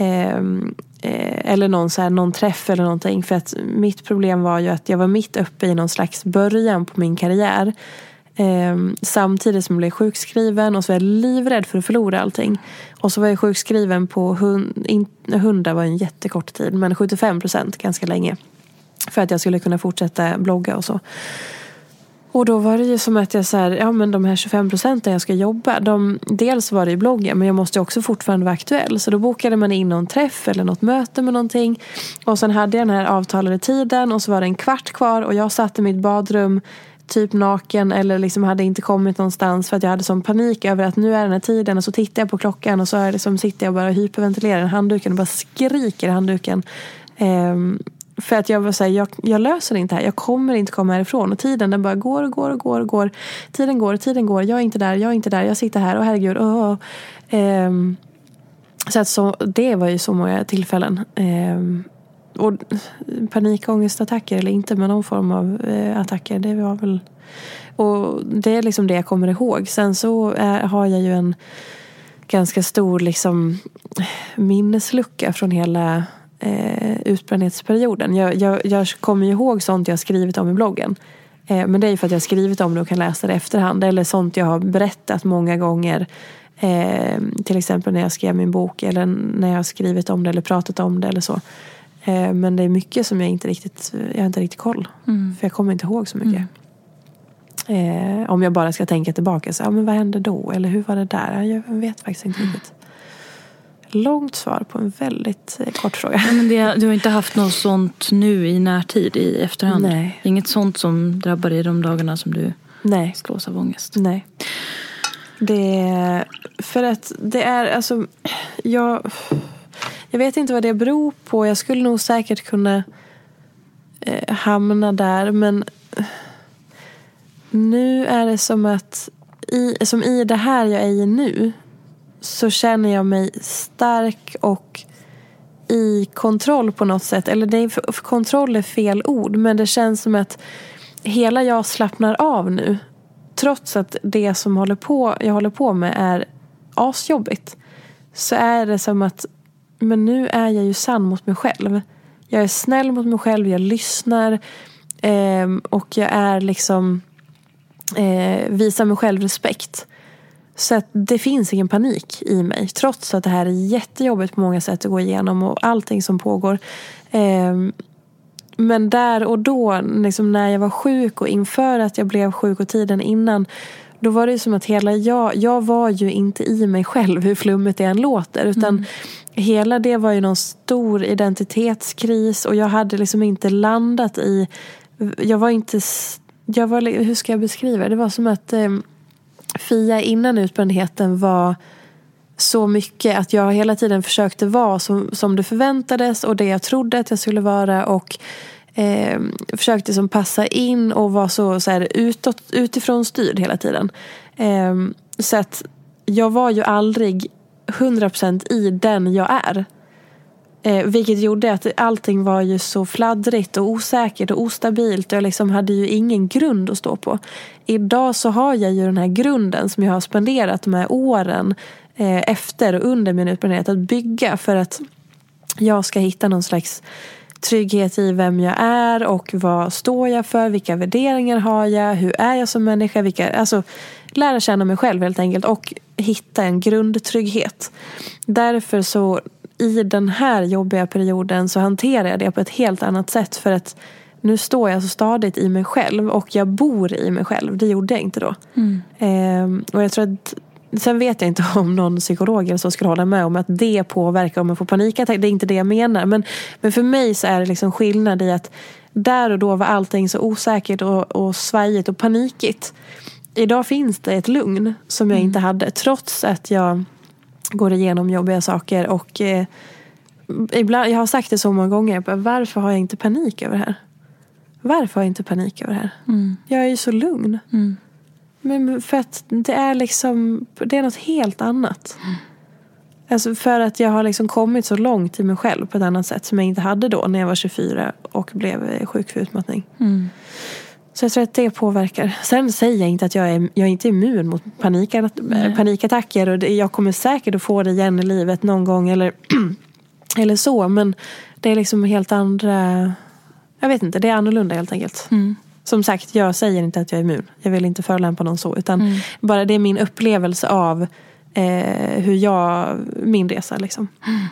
Speaker 4: Eller någon träff eller någonting. För att mitt problem var ju att jag var mitt uppe i någon slags början på min karriär. Samtidigt som jag blev sjukskriven. Och så var jag livrädd för att förlora allting. Och så var jag sjukskriven på 100 var en jättekort tid. Men 75% ganska länge. För att jag skulle kunna fortsätta blogga och så. Och då var det ju som att jag så här, men de här 25% jag ska jobba, dels var det ju bloggen, men jag måste också fortfarande vara aktuell. Så då bokade man in någon träff eller något möte med någonting. Och sen hade jag den här avtalade tiden och så var det en kvart kvar och jag satt i mitt badrum typ naken eller liksom hade inte kommit någonstans för att jag hade sån panik över att nu är den här tiden. Och så tittar jag på klockan och så är det som sitter jag bara och hyperventilerar i handduken och bara skriker i handduken. För att jag var så här, jag löser inte här. Jag kommer inte komma härifrån. Och tiden den bara går. Tiden går. Jag är inte där. Jag sitter här. Och herregud. Så att det var ju så många tillfällen. och panikångestattacker eller inte, men någon form av attacker, det var väl, och det är liksom det jag kommer ihåg. Sen så har jag ju en ganska stor liksom minneslucka från hela utbrändhetsperioden. Jag kommer ju ihåg sånt jag har skrivit om i bloggen. Men det är ju för att jag har skrivit om det och kan läsa det efterhand. Eller sånt jag har berättat många gånger. Till exempel när jag skrev min bok. Eller när jag har skrivit om det eller pratat om det eller så. Men det är mycket som jag har inte riktigt koll. För jag kommer inte ihåg så mycket. Om jag bara ska tänka tillbaka. Så, men vad hände då? Eller hur var det där? Jag vet faktiskt inte riktigt. Långt svar på en väldigt kort fråga. Ja, men
Speaker 5: du har inte haft något sånt nu i närtid i efterhand?
Speaker 4: Nej.
Speaker 5: Inget sånt som drabbar dig de dagarna som du slås av ångest?
Speaker 4: Nej. För att det är alltså, jag vet inte vad det beror på. Jag skulle nog säkert kunna hamna där, men nu är det som att i det här jag är i nu, så känner jag mig stark och i kontroll på något sätt. Eller det är, för kontroll är fel ord, men det känns som att hela jag slappnar av nu. Trots att det som jag håller på med är asjobbigt, så är det som att men nu är jag ju sann mot mig själv. Jag är snäll mot mig själv, jag lyssnar och jag är liksom visar mig själv respekt. Så att det finns ingen panik i mig. Trots att det här är jättejobbigt på många sätt att gå igenom och allting som pågår. Men där och då, liksom när jag var sjuk och inför att jag blev sjuk och tiden innan, då var det ju som att hela jag var ju inte i mig själv, hur flummigt det än låter. Utan hela det var ju någon stor identitetskris. Och jag hade liksom inte landat i... hur ska jag beskriva det? Det var som att... Fia innan utbrändheten var så mycket att jag hela tiden försökte vara som det förväntades och det jag trodde att jag skulle vara, och försökte som passa in och vara så här utifrån styrd hela tiden. Så att jag var ju aldrig 100% i den jag är. Vilket gjorde att allting var ju så fladdrigt och osäkert och ostabilt. Jag liksom hade ju ingen grund att stå på. Idag så har jag ju den här grunden som jag har spenderat de här åren efter och under min utbrändhet att bygga, för att jag ska hitta någon slags trygghet i vem jag är och vad står jag för, vilka värderingar har jag, hur är jag som människa, alltså lära känna mig själv helt enkelt och hitta en grundtrygghet. Därför så i den här jobbiga perioden så hanterar jag det på ett helt annat sätt, för att nu står jag så stadigt i mig själv och jag bor i mig själv. Det gjorde jag inte då. Och jag tror att, sen vet jag inte om någon psykolog eller så skulle hålla med om att det påverkar om man får panikattack. Det är inte det jag menar. Men för mig så är det liksom skillnad i att där och då var allting så osäkert och svajigt och panikigt. Idag finns det ett lugn som jag inte hade, trots att jag går igenom jobbiga saker. Och ibland, jag har sagt det så många gånger, varför har jag inte panik över det här? Varför har jag inte panik över det här? Jag är ju så lugn. Men för att det är liksom, det är något helt annat. Alltså för att jag har liksom kommit så långt i mig själv på ett annat sätt som jag inte hade då när jag var 24 och blev sjuk för utmattning. Så jag tror att det påverkar. Sen säger jag inte att jag är inte immun mot panikattacker, och jag kommer säkert att få det igen i livet någon gång eller så, men det är liksom helt andra, jag vet inte, det är annorlunda helt enkelt. Som sagt, jag säger inte att jag är immun. Jag vill inte förolämpa någon så, utan bara det är min upplevelse av min resa liksom.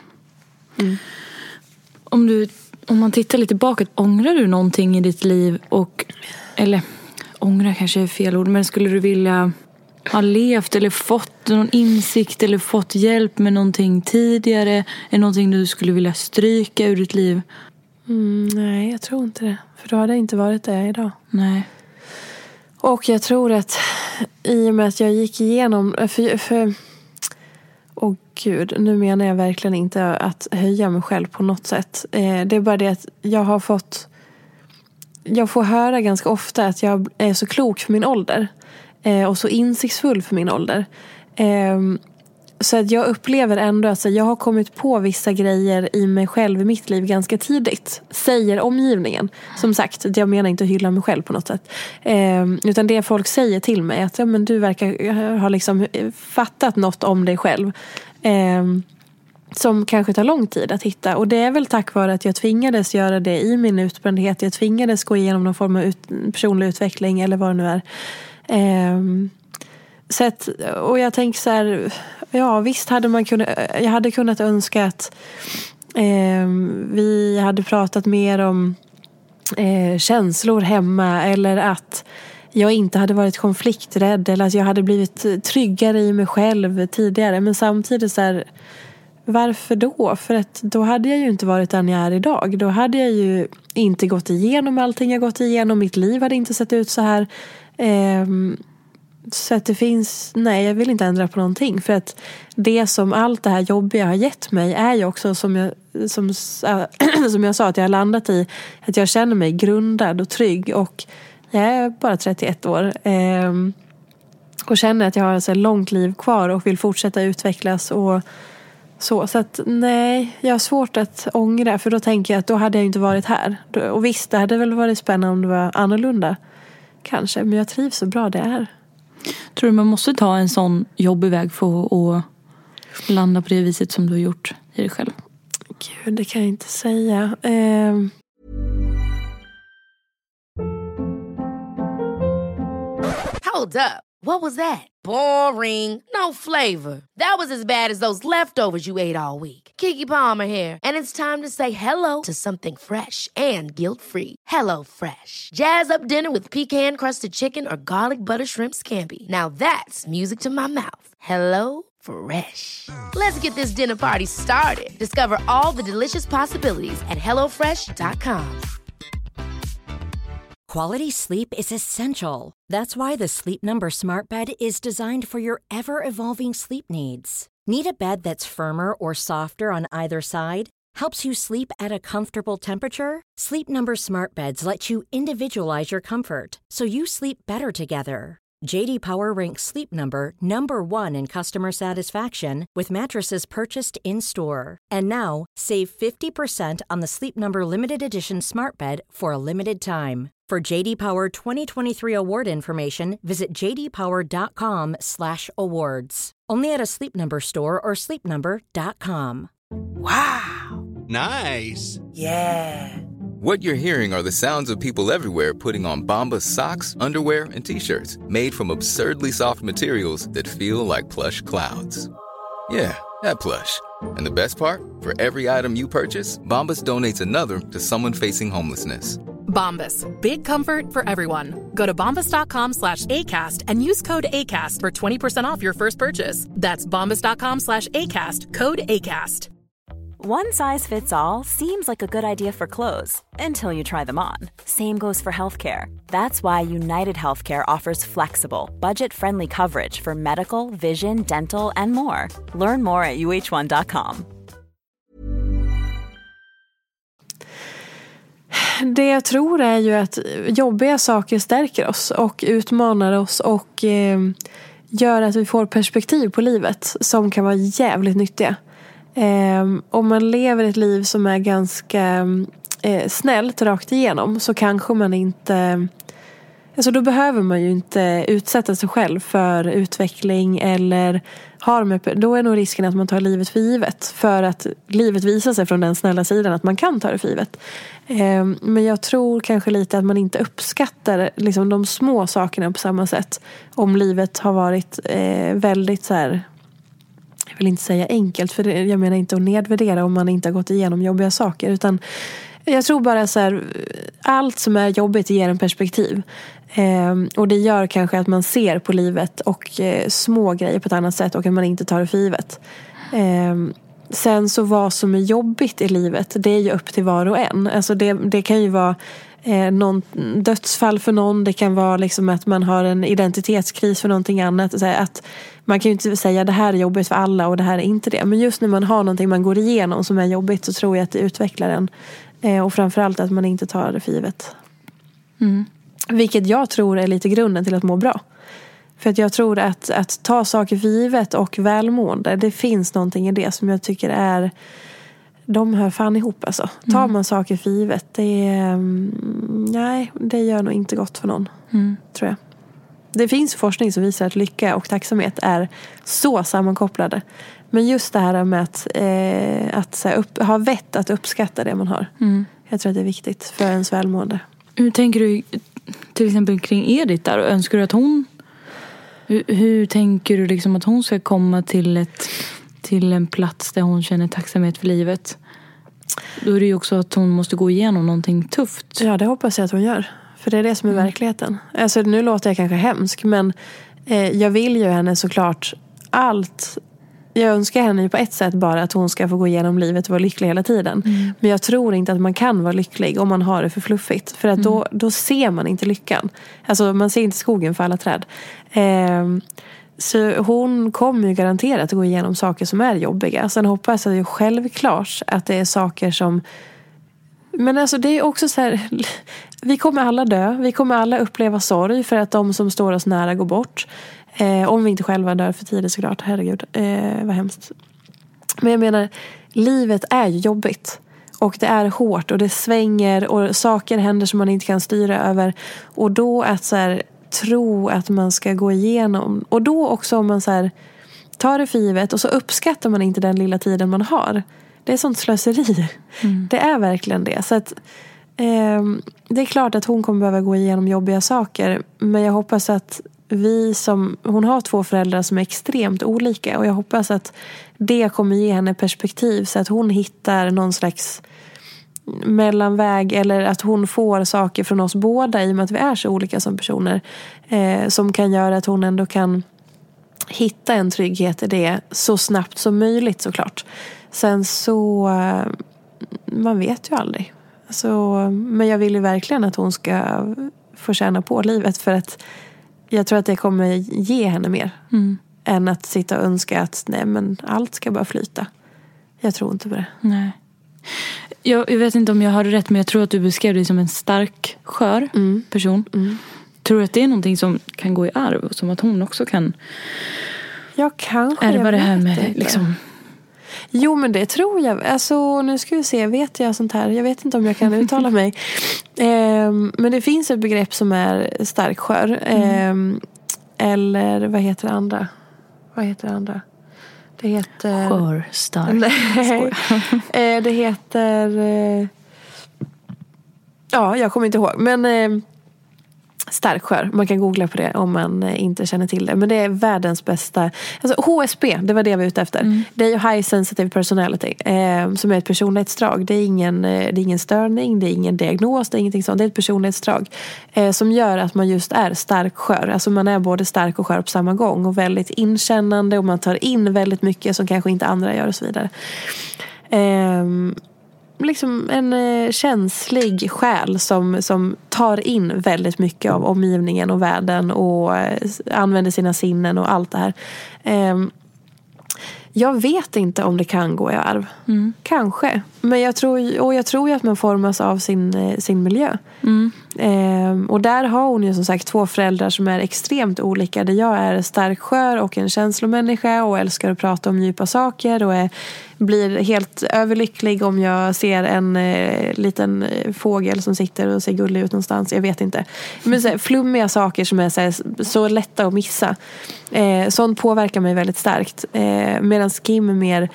Speaker 5: Om man tittar lite bakåt, ångrar du någonting i ditt liv? Eller ångra kanske är fel ord, men skulle du vilja ha levt eller fått någon insikt eller fått hjälp med någonting tidigare? Är någonting du skulle vilja stryka ur ditt liv?
Speaker 4: Nej, jag tror inte det. För då hade jag inte varit där idag.
Speaker 5: Nej.
Speaker 4: Och jag tror att i och med att jag gick igenom... Åh gud, nu menar jag verkligen inte att höja mig själv på något sätt. Det är bara det att jag får höra ganska ofta att jag är så klok för min ålder. Och så insiktsfull för min ålder. Så att jag upplever ändå att jag har kommit på vissa grejer i mig själv i mitt liv ganska tidigt. Säger omgivningen. Som sagt, jag menar inte att hylla mig själv på något sätt. Utan det folk säger till mig att men du verkar ha liksom fattat något om dig själv. Som kanske tar lång tid att hitta. Och det är väl tack vare att jag tvingades göra det i min utbrändhet. Jag tvingades gå igenom någon form av personlig utveckling eller vad det nu är. Så att, och jag tänker så här, ja visst hade jag hade kunnat önska att vi hade pratat mer om känslor hemma, eller att jag inte hade varit konflikträdd, eller att jag hade blivit tryggare i mig själv tidigare. Men samtidigt så här, varför då? För att då hade jag ju inte varit den jag är idag. Då hade jag ju inte gått igenom allting jag gått igenom. Mitt liv hade inte sett ut så här. Så att det finns, nej, jag vill inte ändra på någonting. För att det som allt det här jobbiga har gett mig är ju också som jag sa att jag har landat i, att jag känner mig grundad och trygg. Och jag är bara 31 år. Och känner att jag har ett långt liv kvar och vill fortsätta utvecklas och så att nej, jag har svårt att ångra, för då tänker jag att då hade jag inte varit här. Och visst, det hade väl varit spännande om det var annorlunda kanske, men jag trivs så bra det är.
Speaker 5: Tror du man måste ta en sån jobbig väg för att landa på det viset som du har gjort i dig själv?
Speaker 4: Gud, det kan jag inte säga.
Speaker 2: Hold up. What was that? Boring. No flavor. That was as bad as those leftovers you ate all week. Keke Palmer here. And it's time to say hello to something fresh and guilt-free. Hello Fresh. Jazz up dinner with pecan-crusted chicken or garlic butter shrimp scampi. Now that's music to my mouth. Hello Fresh. Let's get this dinner party started. Discover all the delicious possibilities at hellofresh.com.
Speaker 6: Quality sleep is essential. That's why the Sleep Number Smart Bed is designed for your ever-evolving sleep needs. Need a bed that's firmer or softer on either side? Helps you sleep at a comfortable temperature? Sleep Number Smart Beds let you individualize your comfort, so you sleep better together. J.D. Power ranks Sleep Number #1 in customer satisfaction with mattresses purchased in-store. And now, save 50% on the Sleep Number Limited Edition Smart Bed for a limited time. For JD Power 2023 award information, visit jdpower.com/awards. Only at a Sleep Number store or sleepnumber.com.
Speaker 7: Wow.
Speaker 8: Nice.
Speaker 7: Yeah.
Speaker 9: What you're hearing are the sounds of people everywhere putting on Bombas socks, underwear, and T-shirts made from absurdly soft materials that feel like plush clouds. Yeah, that plush. And the best part? For every item you purchase, Bombas donates another to someone facing homelessness.
Speaker 10: Bombas. Big comfort for everyone. Go to bombas.com/ACAST and use code ACAST for 20% off your first purchase. That's bombas.com/ACAST. Code ACAST.
Speaker 3: One size fits all seems like a good idea for clothes until you try them on. Same goes for healthcare. That's why United Healthcare offers flexible, budget-friendly coverage for medical, vision, dental, and more. Learn more at uh1.com.
Speaker 4: Det jag tror är ju att jobbiga saker stärker oss och utmanar oss och gör att vi får perspektiv på livet som kan vara jävligt nyttiga. Om man lever ett liv som är ganska snällt rakt igenom, så kanske man inte, alltså då behöver man ju inte utsätta sig själv för utveckling eller då är nog risken att man tar livet för givet, för att livet visar sig från den snälla sidan att man kan ta det för givet. Men jag tror kanske lite att man inte uppskattar liksom de små sakerna på samma sätt om livet har varit väldigt så här, jag vill inte säga enkelt, för jag menar inte att nedvärdera om man inte har gått igenom jobbiga saker, utan jag tror bara så här, allt som är jobbigt ger en perspektiv. Och det gör kanske att man ser på livet och små grejer på ett annat sätt och att man inte tar det för givet. Sen så vad som är jobbigt i livet, det är ju upp till var och en. Alltså det kan ju vara någon dödsfall för någon, det kan vara liksom att man har en identitetskris för någonting annat. Så att man kan ju inte säga det här är jobbigt för alla och det här är inte det. Men just när man har någonting man går igenom som är jobbigt, så tror jag att det utvecklar en. Och framförallt att man inte tar det för givet. Vilket jag tror är lite grunden till att må bra. För att jag tror att ta saker för givet och välmående, det finns någonting i det som jag tycker är, de hör fan ihop alltså. Tar man saker för givet, det gör nog inte gott för någon, tror jag. Det finns forskning som visar att lycka och tacksamhet är så sammankopplade. Men just det här med att ha vett att uppskatta det man har. Jag tror att det är viktigt för ens välmående.
Speaker 5: Hur tänker du till exempel kring Edith där? Önskar du att hon... Hur tänker du liksom att hon ska komma till en plats där hon känner tacksamhet för livet? Då är det ju också att hon måste gå igenom någonting tufft.
Speaker 4: Ja, det hoppas jag att hon gör. För det är det som är verkligheten. Alltså nu låter jag kanske hemsk, men jag vill ju henne såklart allt. Jag önskar henne ju på ett sätt bara att hon ska få gå igenom livet och vara lycklig hela tiden. Men jag tror inte att man kan vara lycklig om man har det för fluffigt. För att då ser man inte lyckan. Alltså man ser inte skogen för alla träd. Så hon kommer ju garanterat att gå igenom saker som är jobbiga. Sen hoppas jag ju självklart att det är saker som... Men alltså det är också så här, vi kommer alla dö, vi kommer alla uppleva sorg för att de som står oss nära går bort. Om vi inte själva dör för tidigt såklart, herregud, vad hemskt. Men jag menar, livet är ju jobbigt. Och det är hårt och det svänger och saker händer som man inte kan styra över. Och då att så här, tro att man ska gå igenom. Och då också om man så här, tar det för givet och så uppskattar man inte den lilla tiden man har. Det är sånt slöseri. Det är verkligen det. Så att det är klart att hon kommer behöva gå igenom jobbiga saker. Men jag hoppas att hon har 2 föräldrar som är extremt olika. Och jag hoppas att det kommer ge henne perspektiv. Så att hon hittar någon slags mellanväg. Eller att hon får saker från oss båda i och med att vi är så olika som personer. Som kan göra att hon ändå kan hitta en trygghet i det så snabbt som möjligt såklart. Sen så, man vet ju aldrig. Men jag vill ju verkligen att hon ska få känna på livet. För att jag tror att det kommer ge henne mer. Än att sitta och önska att nej, men allt ska bara flyta. Jag tror inte på det.
Speaker 5: Nej. Jag vet inte om jag hörde rätt, men jag tror att du beskrev dig som en stark, skör person. Tror du att det är någonting som kan gå i arv? Som att hon också kan ärva det här med liksom...
Speaker 4: Jo, men det tror jag. Alltså, nu ska vi se, vet jag sånt här? Jag vet inte om jag kan uttala mig. Men det finns ett begrepp som är stark skör. Eller vad heter det andra? Det heter...
Speaker 5: Skör, stark.
Speaker 4: Det heter... Ja, jag kommer inte ihåg. Men... stark skör. Man kan googla på det om man inte känner till det. Men det är världens bästa... Alltså HSP, det var det jag var ute efter. Det är ju High Sensitive Personality. Som är ett personlighetsdrag. Det är ingen störning, det är ingen diagnos, det är ingenting sånt. Det är ett personlighetsdrag. Som gör att man just är stark skör. Alltså man är både stark och skör på samma gång. Och väldigt inkännande. Och man tar in väldigt mycket som kanske inte andra gör och så vidare. Liksom en känslig själ som tar in väldigt mycket av omgivningen och världen och använder sina sinnen och allt det här. Jag vet inte om det kan gå i arv. Kanske. Men jag tror ju att man formas av sin miljö. Och där har hon ju som sagt 2 föräldrar som är extremt olika. Där jag är stark skör och en känslomänniska och älskar att prata om djupa saker och blir helt överlycklig om jag ser en liten fågel som sitter och ser gullig ut någonstans. Jag vet inte. Men så här, flummiga saker som är så lätta att missa. Sånt påverkar mig väldigt starkt. Medan Kim är mer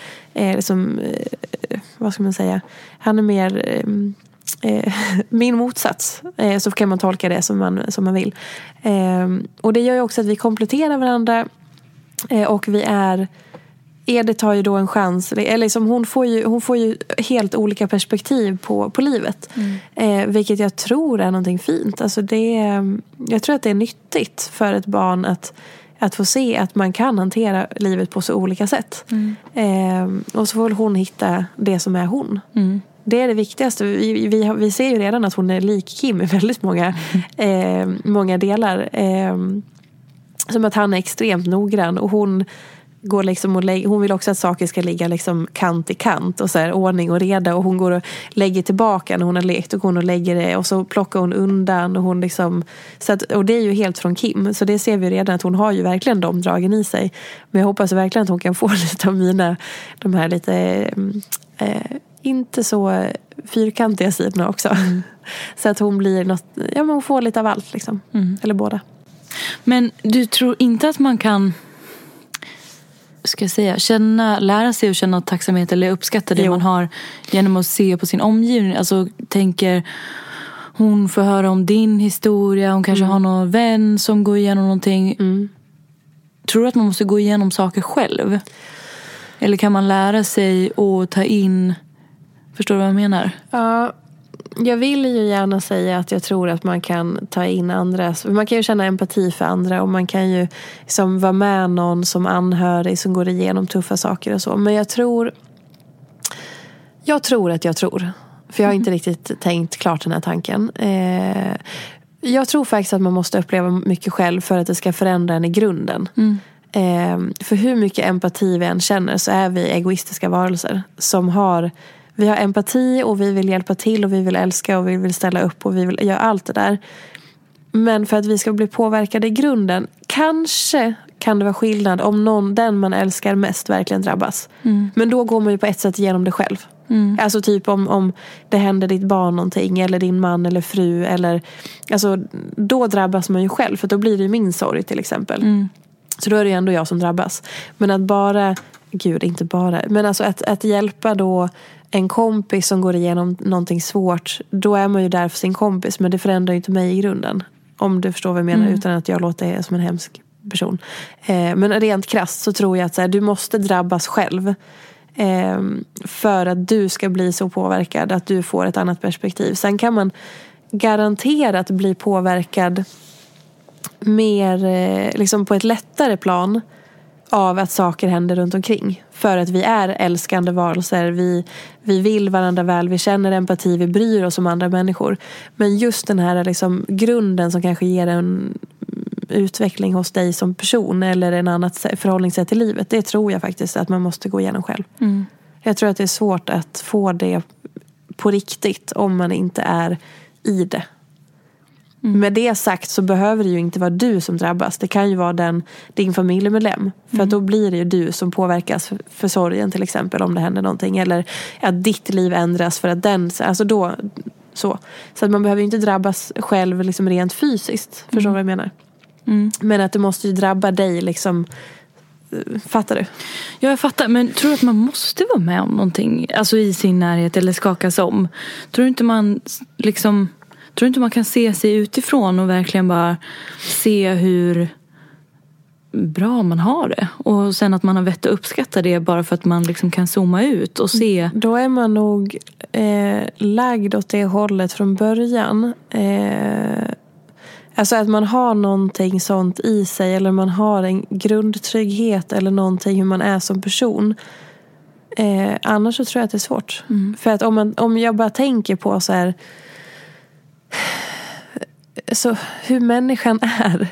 Speaker 4: vad ska man säga? Han är mer min motsats. Så kan man tolka det som man vill. Och det gör ju också att vi kompletterar varandra. Och vi Edith har ju då en chans. Eller liksom hon får ju helt olika perspektiv på livet. Vilket jag tror är någonting fint. Alltså jag tror att det är nyttigt för ett barn att få se att man kan hantera livet på så olika sätt. Och så får hon hitta det som är hon. Det är det viktigaste. Vi ser ju redan att hon är lik Kim i väldigt många delar. Som att han är extremt noggrann. Och hon går liksom och hon vill också att saker ska ligga liksom kant i kant och så här ordning och reda, och hon går och lägger tillbaka när hon har lekt och hon och lägger det, och så plockar hon undan och hon liksom, så att, och det är ju helt från Kim, så det ser vi redan att hon har ju verkligen de dragen i sig. Men jag hoppas verkligen att hon kan få lite av de här lite inte så fyrkantiga sidorna också. Så att hon blir något, ja, men hon får lite av allt liksom. Eller båda.
Speaker 5: Men du tror inte att man kan, ska jag säga, lära sig att känna tacksamhet eller uppskatta det man har genom att se på sin omgivning? Alltså tänker, hon får höra om din historia, hon kanske har någon vän som går igenom någonting. Tror du att man måste gå igenom saker själv? Eller kan man lära sig att ta in, förstår du vad jag menar?
Speaker 4: Ja, jag vill ju gärna säga att jag tror att man kan ta in andras. Man kan ju känna empati för andra, och man kan ju liksom vara med någon som anhörig som går igenom tuffa saker och så. Men jag tror att jag tror. För jag har inte riktigt tänkt klart den här tanken. Jag tror faktiskt att man måste uppleva mycket själv för att det ska förändra en i grunden. För hur mycket empati vi än känner så är vi egoistiska varelser som vi har empati och vi vill hjälpa till och vi vill älska och vi vill ställa upp och vi vill göra allt det där. Men för att vi ska bli påverkade i grunden, kanske kan det vara skillnad om den man älskar mest verkligen drabbas. Men då går man ju på ett sätt igenom det själv. Alltså typ om det händer ditt barn någonting, eller din man eller fru, eller alltså, då drabbas man ju själv, för då blir det ju min sorg till exempel. Så då är det ju ändå jag som drabbas. Men att men alltså att hjälpa då en kompis som går igenom någonting svårt, då är man ju där för sin kompis, men det förändrar ju inte mig i grunden, om du förstår vad jag menar, utan att jag låter det som en hemsk person. Men rent krasst så tror jag att så här, du måste drabbas själv för att du ska bli så påverkad att du får ett annat perspektiv. Sen kan man garanterat bli påverkad mer liksom på ett lättare plan av att saker händer runt omkring. För att vi är älskande varelser, vi vill varandra väl, vi känner empati, vi bryr oss om andra människor. Men just den här liksom grunden som kanske ger en utveckling hos dig som person eller en annat förhållningssätt till livet, det tror jag faktiskt att man måste gå igenom själv. Jag tror att det är svårt att få det på riktigt om man inte är i det. Med det sagt så behöver det ju inte vara du som drabbas. Det kan ju vara din familjemedlem. För att då blir det ju du som påverkas för sorgen till exempel, om det händer någonting. Eller att ditt liv ändras för att alltså då så. Så att man behöver ju inte drabbas själv liksom rent fysiskt. Förstår vad jag menar? Men att det måste ju drabba dig liksom. Fattar du?
Speaker 5: Ja, jag fattar. Men tror du att man måste vara med om någonting, alltså i sin närhet, eller skakas om? Tror du inte man kan se sig utifrån och verkligen bara se hur bra man har det, och sen att man har vett att uppskatta det bara för att man liksom kan zooma ut och se.
Speaker 4: Då är man nog lagd åt det hållet från början. Alltså att man har någonting sånt i sig, eller man har en grundtrygghet eller någonting, hur man är som person. Annars så tror jag att det är svårt. För att om jag bara tänker på så här, så hur människan är.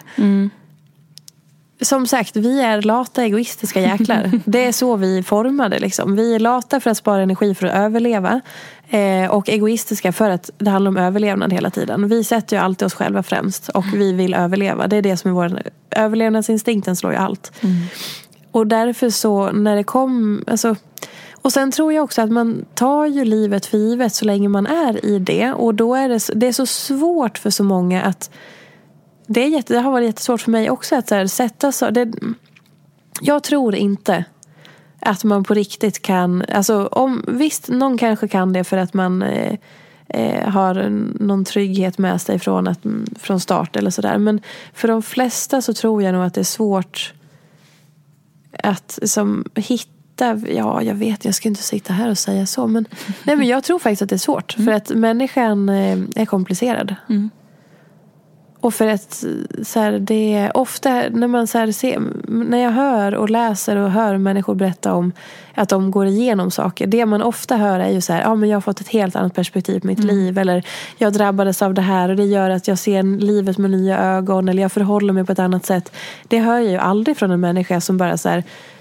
Speaker 4: Som sagt, vi är lata, egoistiska jäklar. Det är så vi formade liksom. Vi är lata för att spara energi för att överleva, och egoistiska för att det handlar om överlevnad hela tiden. Vi sätter ju alltid oss själva främst, och vi vill överleva. Det är det som är vår överlevnadsinstinkten, slår ju allt. Och därför så när det kom, alltså, och sen tror jag också att man tar ju livet för givet så länge man är i det. Och då är det är så svårt för så många att det har varit jättesvårt för mig också att så här, sätta så. Jag tror inte att man på riktigt kan, alltså visst, någon kanske kan det för att man har någon trygghet med sig från start eller sådär. Men för de flesta så tror jag nog att det är svårt att hitta. Ja, jag vet, jag ska inte sitta här och säga så, men jag tror faktiskt att det är svårt, för att människan är komplicerad. Och för att så här, det är ofta när man så här, när jag hör och läser och hör människor berätta om att de går igenom saker, det man ofta hör är ju så här, ja, men jag har fått ett helt annat perspektiv på mitt liv, eller jag drabbades av det här och det gör att jag ser livet med nya ögon, eller jag förhåller mig på ett annat sätt. Det hör jag ju aldrig från en människa som bara så här,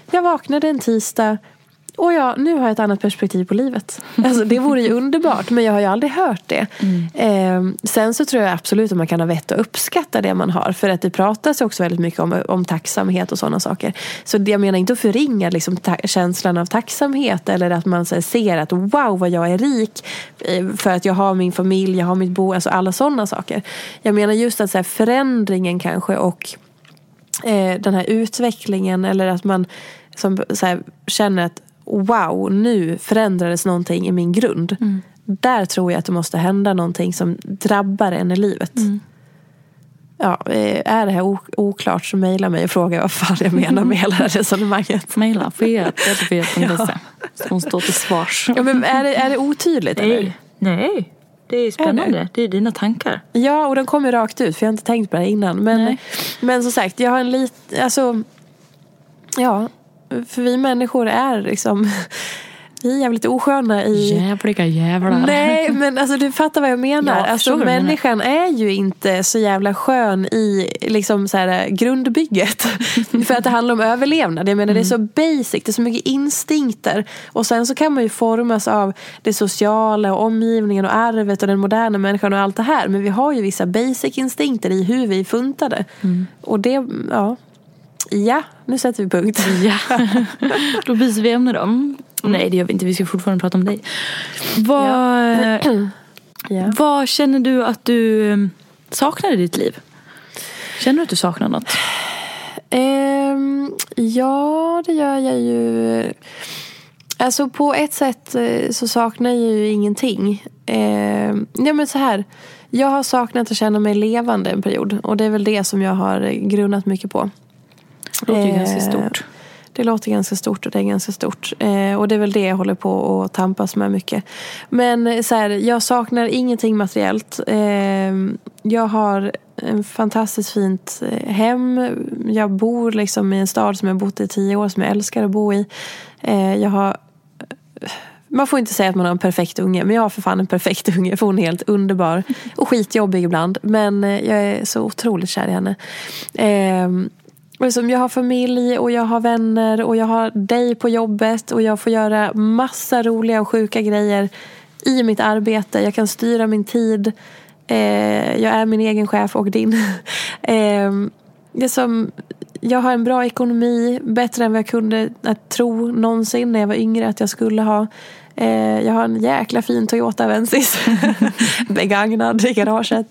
Speaker 4: jag vaknade en tisdag och nu har jag ett annat perspektiv på livet. Alltså, det vore ju underbart, men jag har ju aldrig hört det. Sen så tror jag absolut att man kan ha vett att uppskatta det man har. För att det pratas också väldigt mycket om tacksamhet och sådana saker. Så det, jag menar inte att förringa liksom, känslan av tacksamhet. Eller att man så här, ser att wow vad jag är rik. För att jag har min familj, jag har mitt bo. Alltså alla sådana saker. Jag menar just att så här, förändringen kanske och den här utvecklingen. Eller att man som, så här, känner att wow, nu förändrades någonting i min grund. Där tror jag att det måste hända någonting som drabbar en i livet. Ja, är det här oklart så mejla mig och fråga vad fan jag menar med hela det här resonemanget.
Speaker 5: Mejla Fiat.se som står till svars.
Speaker 4: Ja, men är det otydligt?
Speaker 5: Nej. Det är spännande. Det är dina tankar.
Speaker 4: Ja, och den kommer rakt ut för jag har inte tänkt på det innan. Men som sagt, jag har en alltså, ja, för vi människor är liksom vi är jävligt osköna i...
Speaker 5: Jävliga jävlar.
Speaker 4: Nej, men alltså du fattar vad jag menar.
Speaker 5: Ja,
Speaker 4: alltså människan är ju inte så jävla skön i liksom så här grundbygget. För att det handlar om överlevnad. Jag menar det är så basic, det är så mycket instinkter. Och sen så kan man ju formas av det sociala och omgivningen och arvet och den moderna människan och allt det här. Men vi har ju vissa basic instinkter i hur vi är funtade. Och det, ja, nu sätter vi punkt.
Speaker 5: Ja, då byter vi ämne då. Nej, det gör vi inte. Vi ska fortfarande prata om dig. Vad känner du att du saknar i ditt liv? Känner du att du saknar något?
Speaker 4: Ja, det gör jag ju. Alltså på ett sätt så saknar jag ju ingenting. Ja, men så här. Jag har saknat att känna mig levande en period. Och det är väl det som jag har grunnat mycket på.
Speaker 5: Det låter ganska stort.
Speaker 4: Det låter ganska stort och det är ganska stort. Och det är väl det jag håller på att tampas med mycket. Men så här, jag saknar ingenting materiellt. Jag har en fantastiskt fint hem. Jag bor liksom i en stad som jag bott i 10 år som jag älskar att bo i. Man får inte säga att man har en perfekt unge, men jag har för fan en perfekt unge, för hon är helt underbar och skitjobbig ibland. Men jag är så otroligt kär i henne. Jag har familj och jag har vänner och jag har dig på jobbet och jag får göra massa roliga och sjuka grejer i mitt arbete. Jag kan styra min tid. Jag är min egen chef och din. Jag har en bra ekonomi, bättre än vad jag kunde tro någonsin när jag var yngre att jag skulle ha. Jag har en jäkla fin Toyota Avensis begagnad i garaget.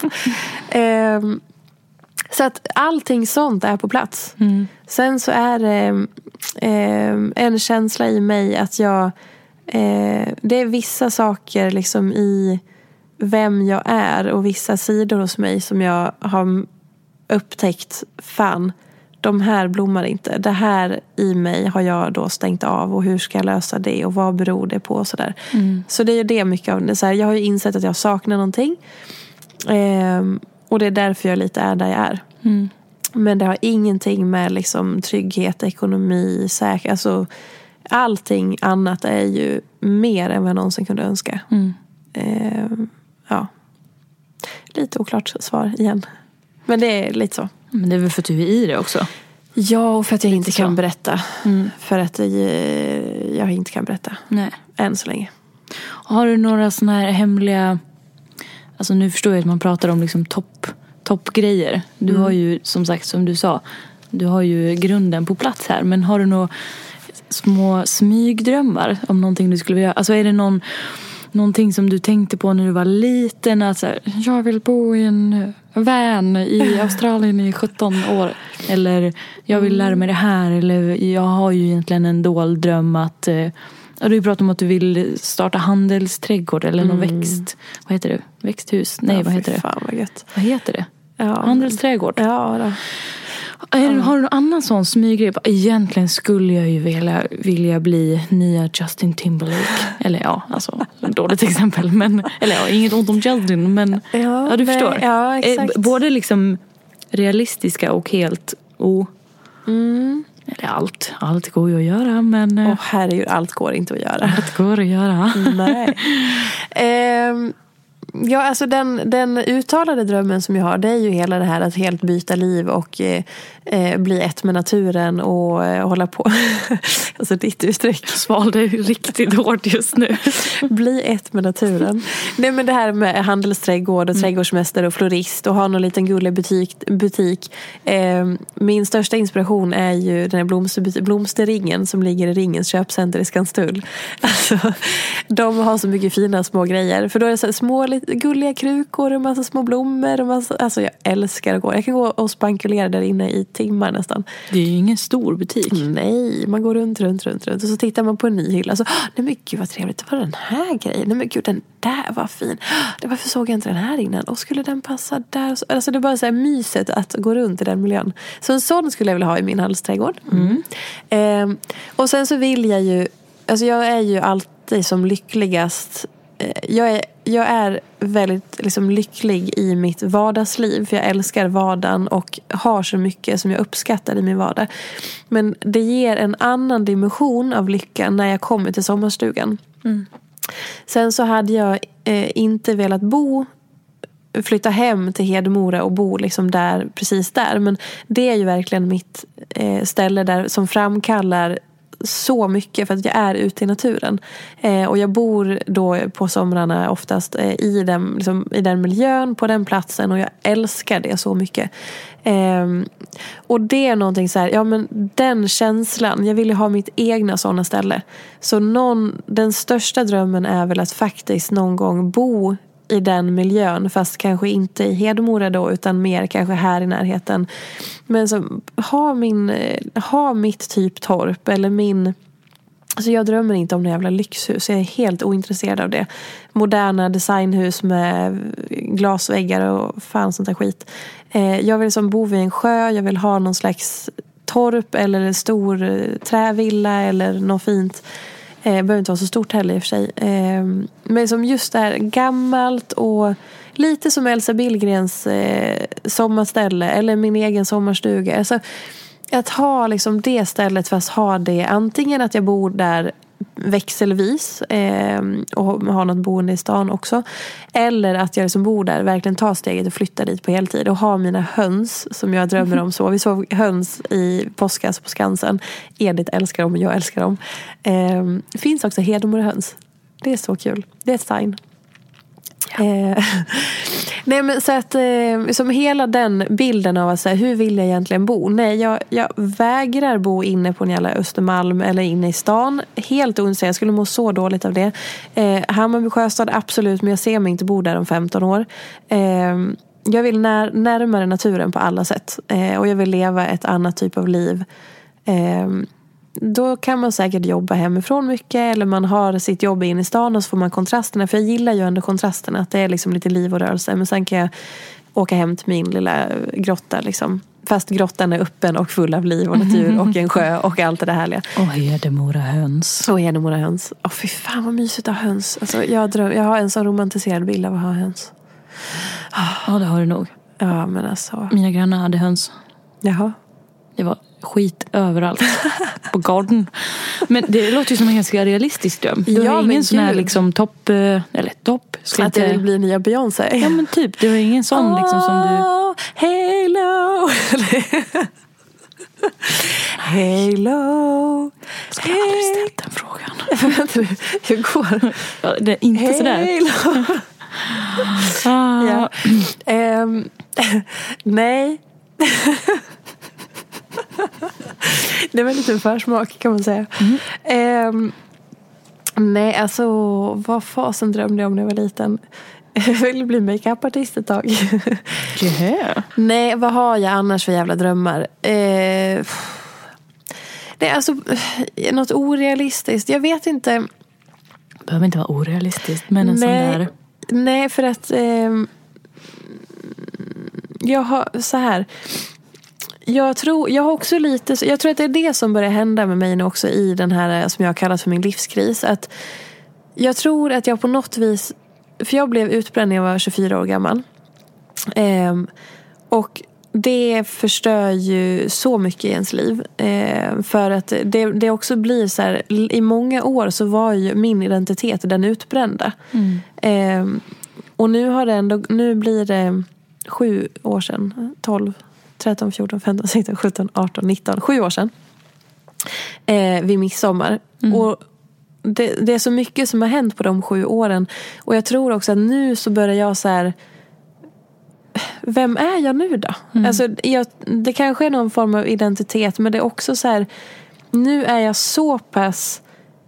Speaker 4: Så att allting sånt är på plats. Sen så är det en känsla i mig att det är vissa saker liksom i vem jag är och vissa sidor hos mig som jag har upptäckt, fan, de här blommar inte. Det här i mig har jag då stängt av och hur ska jag lösa det och vad beror det på och sådär. Så det är ju det mycket av det. Så här, jag har ju insett att jag saknar någonting. Och det är därför jag lite är där jag är. Men det har ingenting med liksom trygghet, ekonomi, säkerhet. Alltså, allting annat är ju mer än vad jag någonsin kunde önska. Ja. Lite oklart svar igen. Men det är lite så.
Speaker 5: Men det är väl för att du är i det också?
Speaker 4: Ja, och för att jag inte kan berätta. För att jag inte kan berätta.
Speaker 5: Nej.
Speaker 4: Än så länge.
Speaker 5: Har du några såna här hemliga... Alltså nu förstår jag att man pratar om liksom toppgrejer. Du har ju, som sagt, som du sa, du har ju grunden på plats här. Men har du några små smygdrömmar om någonting du skulle vilja göra? Alltså är det någonting som du tänkte på när du var liten? Att så här, jag vill bo i en van i Australien i 17 år. Eller jag vill lära mig det här. Eller jag har ju egentligen en dold dröm att... Du pratar om att du vill starta handelsträdgård eller någon växt... Vad heter det? Växthus? Nej, vad heter det?
Speaker 4: Fan vad gött.
Speaker 5: Vad heter det?
Speaker 4: Ja.
Speaker 5: Handelsträdgård.
Speaker 4: Ja då.
Speaker 5: Har du någon annan sån smyggrej? Egentligen skulle jag ju vilja bli nya Justin Timberlake. Eller ja, alltså dåligt exempel. Men, eller ja, inget ont om Justin. Men ja, du förstår.
Speaker 4: Ja, exakt.
Speaker 5: Både liksom realistiska och helt eller allt går ju att göra, men...
Speaker 4: Herregud, allt går inte att göra.
Speaker 5: Allt går att göra.
Speaker 4: Nej. Ja, alltså den uttalade drömmen som jag har, det är ju hela det här att helt byta liv och bli ett med naturen och hålla på. Alltså ditt uttryck.
Speaker 5: Svalde riktigt hårt just nu.
Speaker 4: Bli ett med naturen. Nej, men det här med handelsträdgård och trädgårdsmästare och florist och ha någon liten gullig butik. Min största inspiration är ju den här blomsterringen som ligger i Ringens köpcenter i Skanstull. Alltså, de har så mycket fina små grejer. För då är det så här små gulliga krukor och massa små blommor. Och massa, alltså jag älskar att gå. Jag kan gå och spankulera där inne i timmar nästan.
Speaker 5: Det är ju ingen stor butik.
Speaker 4: Nej, man går runt. Och så tittar man på en ny hylla. Så, nej men gud vad trevligt. Det var den här grejen. Nej men gud, den där var fin. Varför såg jag inte den här innan? Och skulle den passa där? Alltså det är bara så här myset att gå runt i den miljön. Så en sån skulle jag vilja ha i min handelsträdgård. Och sen så vill jag ju... Alltså jag är ju alltid som lyckligast... Jag är väldigt liksom lycklig i mitt vardagsliv. För jag älskar vardagen och har så mycket som jag uppskattar i min vardag. Men det ger en annan dimension av lycka när jag kommer till sommarstugan. Sen så hade jag inte velat flytta hem till Hedemora och bo liksom där, precis där. Men det är ju verkligen mitt ställe där som framkallar så mycket för att jag är ute i naturen. Och jag bor då på somrarna oftast i den miljön, på den platsen, och jag älskar det så mycket. Och det är någonting så här, ja men den känslan, jag vill ju ha mitt egna sådana ställe. Så den största drömmen är väl att faktiskt någon gång bo i den miljön, fast kanske inte i Hedemora då, utan mer kanske här i närheten. Men så ha mitt typ torp eller alltså jag drömmer inte om några jävla lyxhus. Jag är helt ointresserad av det. Moderna designhus med glasväggar och fan sånt där skit. Jag vill bo vid en sjö. Jag vill ha någon slags torp eller en stor trävilla eller något fint. Behöver inte vara så stort heller i och för sig. Men som just det här gammalt och lite som Elsa Billgrens sommarställe eller min egen sommarstuga. Alltså att ha liksom det stället, fast ha det antingen att jag bor där växelvis och har något boende i stan också, eller att jag liksom bor där, verkligen tar steget och flyttar dit på heltid och har mina höns som jag drömmer om så. Vi såg höns i påskas på Skansen. Edith älskar dem och jag älskar dem. Finns också Hedemora höns. Det är så kul. Det är ett sign. Nej, men så att som hela den bilden av att säga, hur vill jag egentligen bo? Nej, jag vägrar bo inne på en jävla Östermalm eller inne i stan. Helt ointresserad, jag skulle må så dåligt av det. Hammarby Sjöstad, absolut, men jag ser mig inte bo där om 15 år. Jag vill närmare naturen på alla sätt. Och jag vill leva ett annat typ av liv. Då kan man säkert jobba hemifrån mycket, eller man har sitt jobb in i stan och så får man kontrasterna. För jag gillar ju ändå kontrasterna, att det är liksom lite liv och rörelse. Men sen kan jag åka hem till min lilla grotta liksom. Fast grottan är öppen och full av liv och natur och en sjö och allt det där härliga.
Speaker 5: Och Hedemora höns.
Speaker 4: Fy fan vad mysigt att ha höns. Alltså, jag har en sån romantiserad bild av att ha höns.
Speaker 5: Ja, det har du nog.
Speaker 4: Ja, men alltså.
Speaker 5: Mina grannar hade höns.
Speaker 4: Jaha.
Speaker 5: Det var skit överallt på garden. Men det låter ju som en ganska realistisk dröm. Du har ingen sån här liksom topp.
Speaker 4: Att det vill bli nya Beyoncé.
Speaker 5: Ja men typ, du har ingen sån liksom som du.
Speaker 4: Halo. Halo.
Speaker 5: Ska jag aldrig ställt den frågan?
Speaker 4: Hur går?
Speaker 5: Ja, det är inte sådär.
Speaker 4: Ja. Nej. Det var lite försmak kan man säga. Nej, alltså vad fasen drömde jag om när jag var liten? Jag ville bli make-up-artist ett tag.
Speaker 5: Yeah.
Speaker 4: Nej, vad har jag annars för jävla drömmar? Nej, alltså något orealistiskt. Jag vet inte.
Speaker 5: Det behöver inte vara orealistiskt, men en sån där.
Speaker 4: Nej, för att jag har så här. Jag har också jag tror att det är det som börjar hända med mig nu också i den här som jag har kallat för min livskris. Att jag tror att jag på något vis, för jag blev utbränd när jag var 24 år gammal. Och det förstör ju så mycket i ens liv. För att det också blir så här, i många år så var ju min identitet den utbrända. Och nu blir det 7 år sedan. 12, 13, 14, 15, 16, 17, 18, 19. 7 år sedan. Vid midsommar. Och det är så mycket som har hänt på de 7 åren. Och jag tror också att nu så börjar jag så här... Vem är jag nu då? Alltså, det kanske är någon form av identitet. Men det är också så här... Nu är jag så pass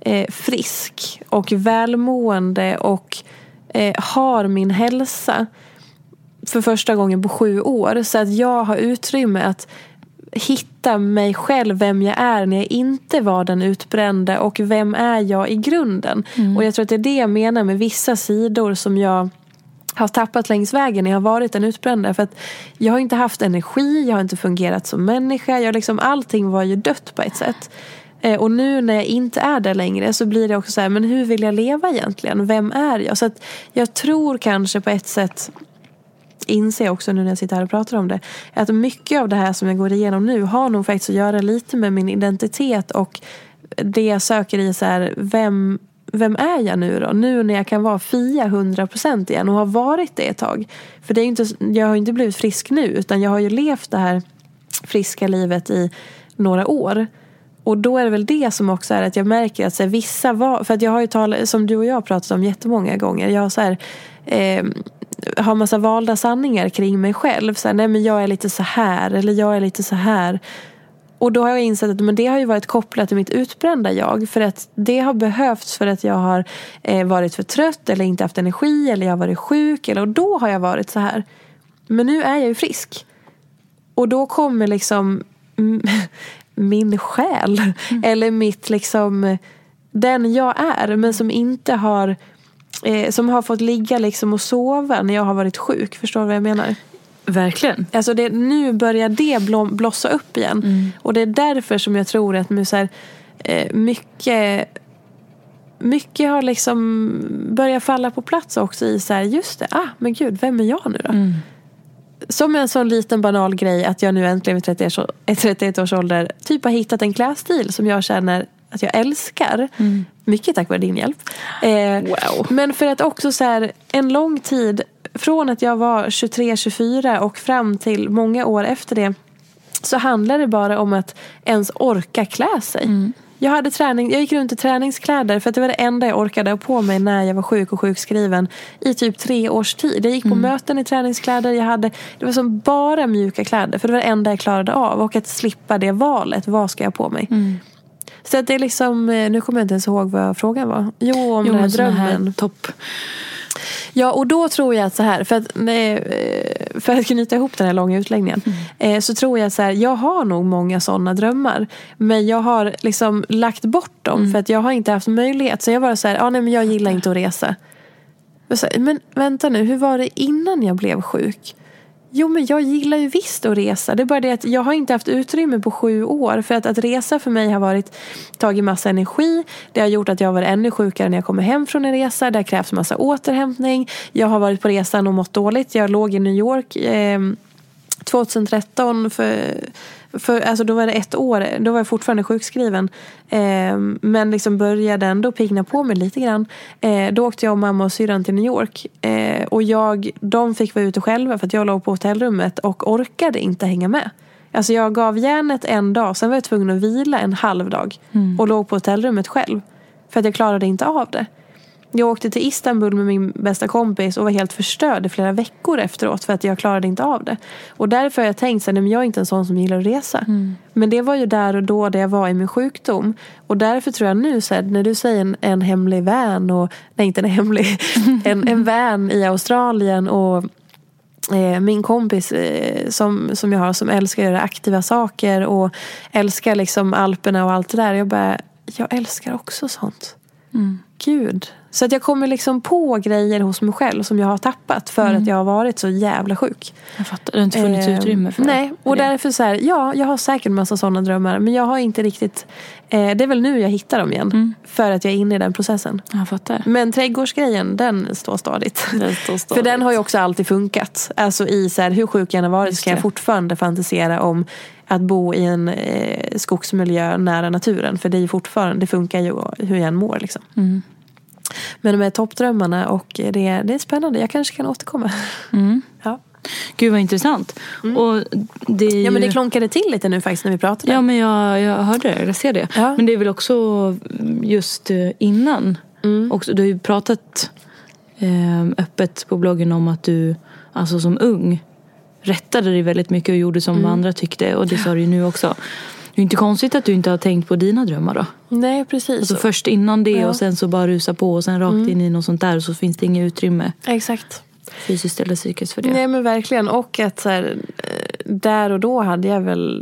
Speaker 4: frisk och välmående och har min hälsa för första gången på 7 år. Så att jag har utrymme att hitta mig själv, vem jag är när jag inte var den utbrända, och vem är jag i grunden. Och jag tror att det är det jag menar med vissa sidor som jag har tappat längs vägen när jag har varit en utbrända. För att jag har inte haft energi, jag har inte fungerat som människa, allting var ju dött på ett sätt. Och nu när jag inte är där längre så blir det också så här, men hur vill jag leva egentligen? Vem är jag? Så att jag tror kanske på ett sätt, inser jag också nu när jag sitter här och pratar om det, att mycket av det här som jag går igenom nu har nog faktiskt att göra lite med min identitet och det jag söker i så här, vem är jag nu då? Nu när jag kan vara Fia 100% igen och har varit det ett tag. För det är inte, jag har inte blivit frisk nu, utan jag har ju levt det här friska livet i några år. Och då är det väl det som också är att jag märker att så här, vissa var, för att jag har ju talat, som du och jag har pratat om jättemånga gånger, jag har så här, har massa valda sanningar kring mig själv. Så här, nej men jag är lite så här, eller jag är lite så här. Och då har jag insett att men det har ju varit kopplat till mitt utbrända jag. För att det har behövts för att jag har varit för trött eller inte haft energi eller jag har varit sjuk. Och då har jag varit så här. Men nu är jag ju frisk. Och då kommer liksom min själ. Eller mitt liksom, den jag är. Men som inte har, som har fått ligga liksom och sova när jag har varit sjuk. Förstår du vad jag menar?
Speaker 5: Verkligen.
Speaker 4: Alltså nu börjar det blossa upp igen. Och det är därför som jag tror att så här, mycket har liksom börjat falla på plats också i så här, just det, men gud, vem är jag nu då? Som en sån liten banal grej att jag nu äntligen vid 31 års ålder typ har hittat en klädstil som jag känner att jag älskar. Mycket tack vare din hjälp.
Speaker 5: Wow.
Speaker 4: Men för att också så här, en lång tid från att jag var 23-24 och fram till många år efter det, så handlade det bara om att ens orka klä sig. Jag gick runt i träningskläder för att det var det enda jag orkade ha på mig när jag var sjuk och sjukskriven i typ 3 års tid. Jag gick på möten i träningskläder. Det var som bara mjuka kläder, för det var det enda jag klarade av. Och att slippa det valet, vad ska jag på mig? Så att det är liksom, nu kommer jag inte ens ihåg vad frågan var. Jo, den här drömmen.
Speaker 5: Här topp.
Speaker 4: Ja, och då tror jag att så här, för att knyta ihop den här långa utläggningen, så tror jag att så här, jag har nog många sådana drömmar, men jag har liksom lagt bort dem för att jag har inte haft möjlighet. Så jag var så här, nej men jag gillar inte att resa. Men vänta nu, hur var det innan jag blev sjuk? Jo, men jag gillar ju visst att resa. Det är bara det att jag har inte haft utrymme på 7 år. För att resa för mig har tagit massa energi. Det har gjort att jag har varit ännu sjukare när jag kommer hem från en resa. Det har krävts massa återhämtning. Jag har varit på resan och mått dåligt. Jag låg i New York 2013 alltså då var det 1 år. Då var jag fortfarande sjukskriven. Men liksom började ändå pigna på mig lite grann. Då åkte jag och mamma och syrran till New York. Och de fick vara ute själva för att jag låg på hotellrummet och orkade inte hänga med. Alltså jag gav järnet en dag. Sen var jag tvungen att vila en halv dag. Och låg på hotellrummet själv. För att jag klarade inte av det. Jag åkte till Istanbul med min bästa kompis och var helt förstörd i flera veckor efteråt för att jag klarade inte av det. Och därför har jag tänkt att jag är inte en sån som gillar att resa. Men det var ju där och då det jag var i min sjukdom. Och därför tror jag nu så här, när du säger en hemlig van och nej, inte en hemlig en van i Australien och min kompis som jag har som älskar att göra aktiva saker och älskar liksom Alperna och allt det där. Jag älskar också sånt. Gud. Så att jag kommer liksom på grejer hos mig själv som jag har tappat för att jag har varit så jävla sjuk.
Speaker 5: Jag fattar, du har inte funnits utrymme för
Speaker 4: nej, och det. Därför så här, ja, jag har säkert en massa sådana drömmar, men jag har inte riktigt, det är väl nu jag hittar dem igen för att jag är inne i den processen.
Speaker 5: Jag fattar.
Speaker 4: Men trädgårdsgrejen, den står stadigt. För den har ju också alltid funkat. Alltså i så här, hur sjuk jag har varit så kan jag fortfarande fantisera om att bo i en skogsmiljö nära naturen. För det är ju fortfarande, det funkar ju hur jag än mår liksom. Men de här toppdrömmarna och det är spännande. Jag kanske kan återkomma. Ja.
Speaker 5: Gud vad intressant. Och det är
Speaker 4: ja, men det klonkade till lite nu faktiskt när vi pratade.
Speaker 5: Ja, men jag hörde det, jag ser det.
Speaker 4: Ja.
Speaker 5: Men det är väl också just innan. Också, du har ju pratat öppet på bloggen om att du alltså som ung rättade dig väldigt mycket och gjorde som andra tyckte. Och det sa du ju nu också. Det är inte konstigt att du inte har tänkt på dina drömmar då.
Speaker 4: Nej, precis.
Speaker 5: Alltså först innan det och sen så bara rusa på och sen rakt in i något sånt där och så finns det inget utrymme.
Speaker 4: Exakt.
Speaker 5: Fysiskt eller psykiskt för det.
Speaker 4: Nej, men verkligen. Och att så här, där och då hade jag väl...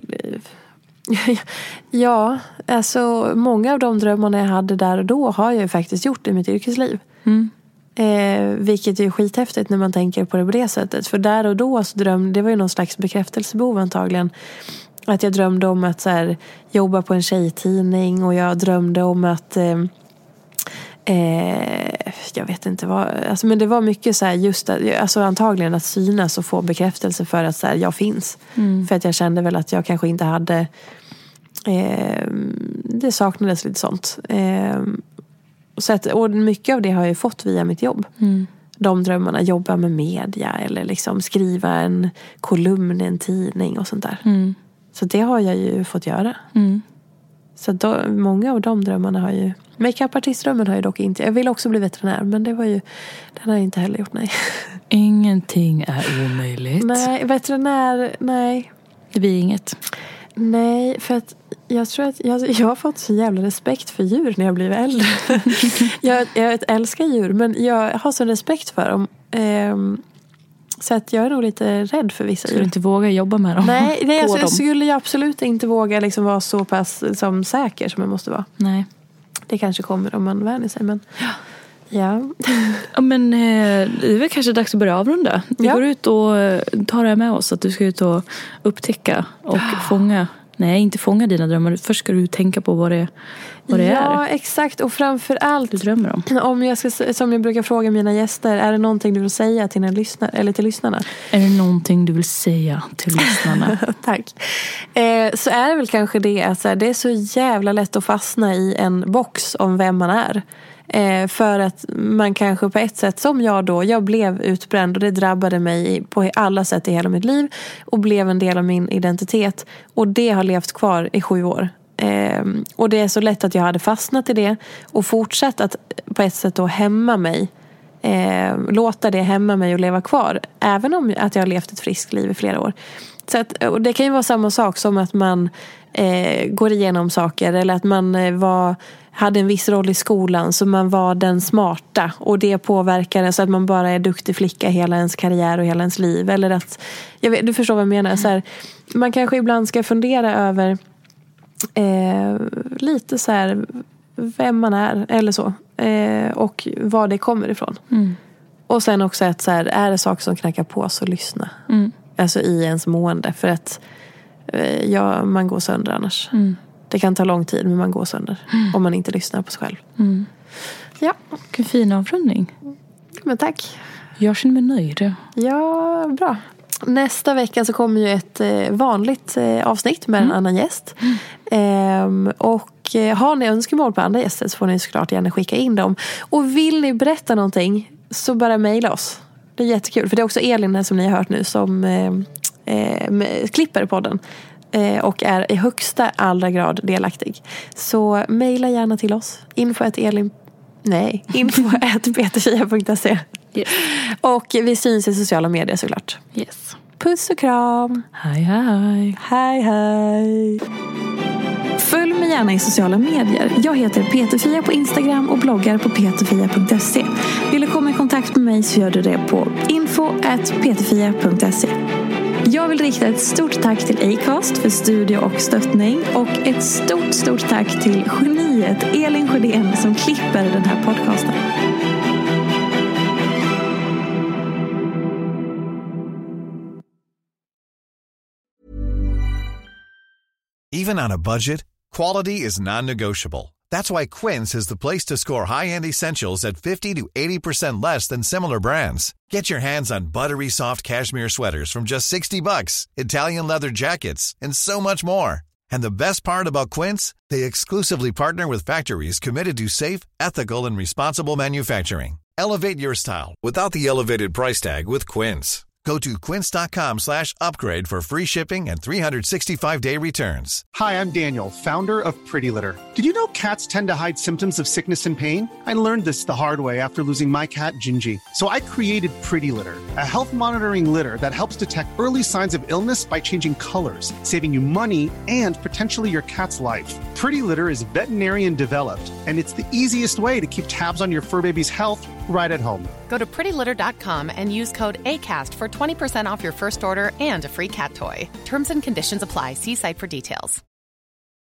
Speaker 4: ja, alltså många av de drömmarna jag hade där och då har jag ju faktiskt gjort i mitt yrkesliv. Vilket är skithäftigt när man tänker på det på det sättet. För där och då så det var ju någon slags bekräftelsebehov antagligen. Att jag drömde om att så här, jobba på en tjejtidning och jag drömde om att... jag vet inte vad, alltså, men det var mycket så här just att, alltså antagligen att synas och få bekräftelse för att så här, jag finns. För att jag kände väl att jag kanske inte hade det saknades lite sånt. Så att, och mycket av det har jag ju fått via mitt jobb. De drömmarna, jobba med media eller liksom skriva en kolumn i en tidning och sånt där. Så det har jag ju fått göra. Så då, många av de drömmarna har ju... Makeup-artistdrömmen har jag dock inte. Jag vill också bli veterinär, men det var ju... Den har jag inte heller gjort, nej.
Speaker 5: Ingenting är omöjligt.
Speaker 4: Nej, veterinär, nej.
Speaker 5: Det blir inget.
Speaker 4: Nej, för att jag tror att jag har fått så jävla respekt för djur när jag blir äldre. jag älskar djur, men jag har så respekt för dem. Så att jag är nog lite rädd för vissa djur.
Speaker 5: Skulle du inte våga jobba med dem?
Speaker 4: Nej, alltså, jag skulle ju absolut inte våga liksom vara så pass som säker som jag måste vara.
Speaker 5: Nej.
Speaker 4: Det kanske kommer om man vänjer sig, men... Ja.
Speaker 5: Ja, men det är väl kanske dags att börja avrunda. Vi går ut och tar det här med oss att du ska ut och upptäcka och fånga. Nej, inte fånga dina drömmar. Först ska du tänka på vad det är.
Speaker 4: Ja, exakt. Och framförallt
Speaker 5: du drömmer om.
Speaker 4: Som jag brukar fråga mina gäster, är det någonting du vill säga till till lyssnarna?
Speaker 5: Är det någonting du vill säga till lyssnarna?
Speaker 4: Tack. Så är det väl kanske det att så här, det är så jävla lätt att fastna i en box om vem man är. För att man kanske på ett sätt som jag blev utbränd och det drabbade mig på alla sätt i hela mitt liv och blev en del av min identitet och det har levt kvar i 7 år. Och det är så lätt att jag hade fastnat i det och fortsatt att på ett sätt då hämma mig, låta det hämma mig och leva kvar även om att jag har levt ett friskt liv i flera år. Så att, och det kan ju vara samma sak som att man går igenom saker eller att man hade en viss roll i skolan så man var den smarta och det påverkar så att man bara är duktig flicka hela ens karriär och hela ens liv. Eller att, du förstår vad jag menar. Så här, man kanske ibland ska fundera över lite så här vem man är eller så. Och var det kommer ifrån. Och sen också att så här, är det saker som knackar på så lyssna. Alltså i ens mående. För att man går sönder annars. Det kan ta lång tid men man går sönder. Om man inte lyssnar på sig själv. Ja.
Speaker 5: Vilken fin avrundning.
Speaker 4: Men tack.
Speaker 5: Jag känner mig nöjd.
Speaker 4: Ja, bra. Nästa vecka så kommer ju ett vanligt avsnitt med en annan gäst. Och har ni önskemål på andra gäster så får ni såklart gärna skicka in dem. Och vill ni berätta någonting så bara mejla oss. Det är jättekul. För det är också Elin här som ni har hört nu som klipper podden. Och är i högsta allra grad delaktig. Så mejla gärna till oss. info@peterfia.se.
Speaker 5: Yes.
Speaker 4: Och vi syns i sociala medier såklart.
Speaker 5: Yes.
Speaker 4: Puss och kram.
Speaker 5: Hej hej.
Speaker 4: Hej hej. Följ mig gärna i sociala medier. Jag heter Peterfia på Instagram och bloggar på peterfia.se. Vill du komma i kontakt med mig så gör du det på info@peterfia.se. Jag vill rikta ett stort tack till Acast för studio och stöttning. Och ett stort tack till geniet Elin Sjödén som klipper den här podcasten.
Speaker 8: Even on a budget, quality is non-negotiable. That's why Quince is the place to score high-end essentials at 50 to 80% less than similar brands. Get your hands on buttery soft cashmere sweaters from just $60, Italian leather jackets, and so much more. And the best part about Quince, they exclusively partner with factories committed to safe, ethical, and responsible manufacturing. Elevate your style without the elevated price tag with Quince. Go to quince.com/upgrade for free shipping and 365-day returns.
Speaker 11: Hi, I'm Daniel, founder of Pretty Litter. Did you know cats tend to hide symptoms of sickness and pain? I learned this the hard way after losing my cat, Gingy. So I created Pretty Litter, a health monitoring litter that helps detect early signs of illness by changing colors, saving you money and potentially your cat's life. Pretty Litter is veterinarian developed, and it's the easiest way to keep tabs on your fur baby's health right at home.
Speaker 10: Go to prettylitter.com and use code ACAST for 20% off your first order and a free cat toy. Terms and conditions apply. See site for details.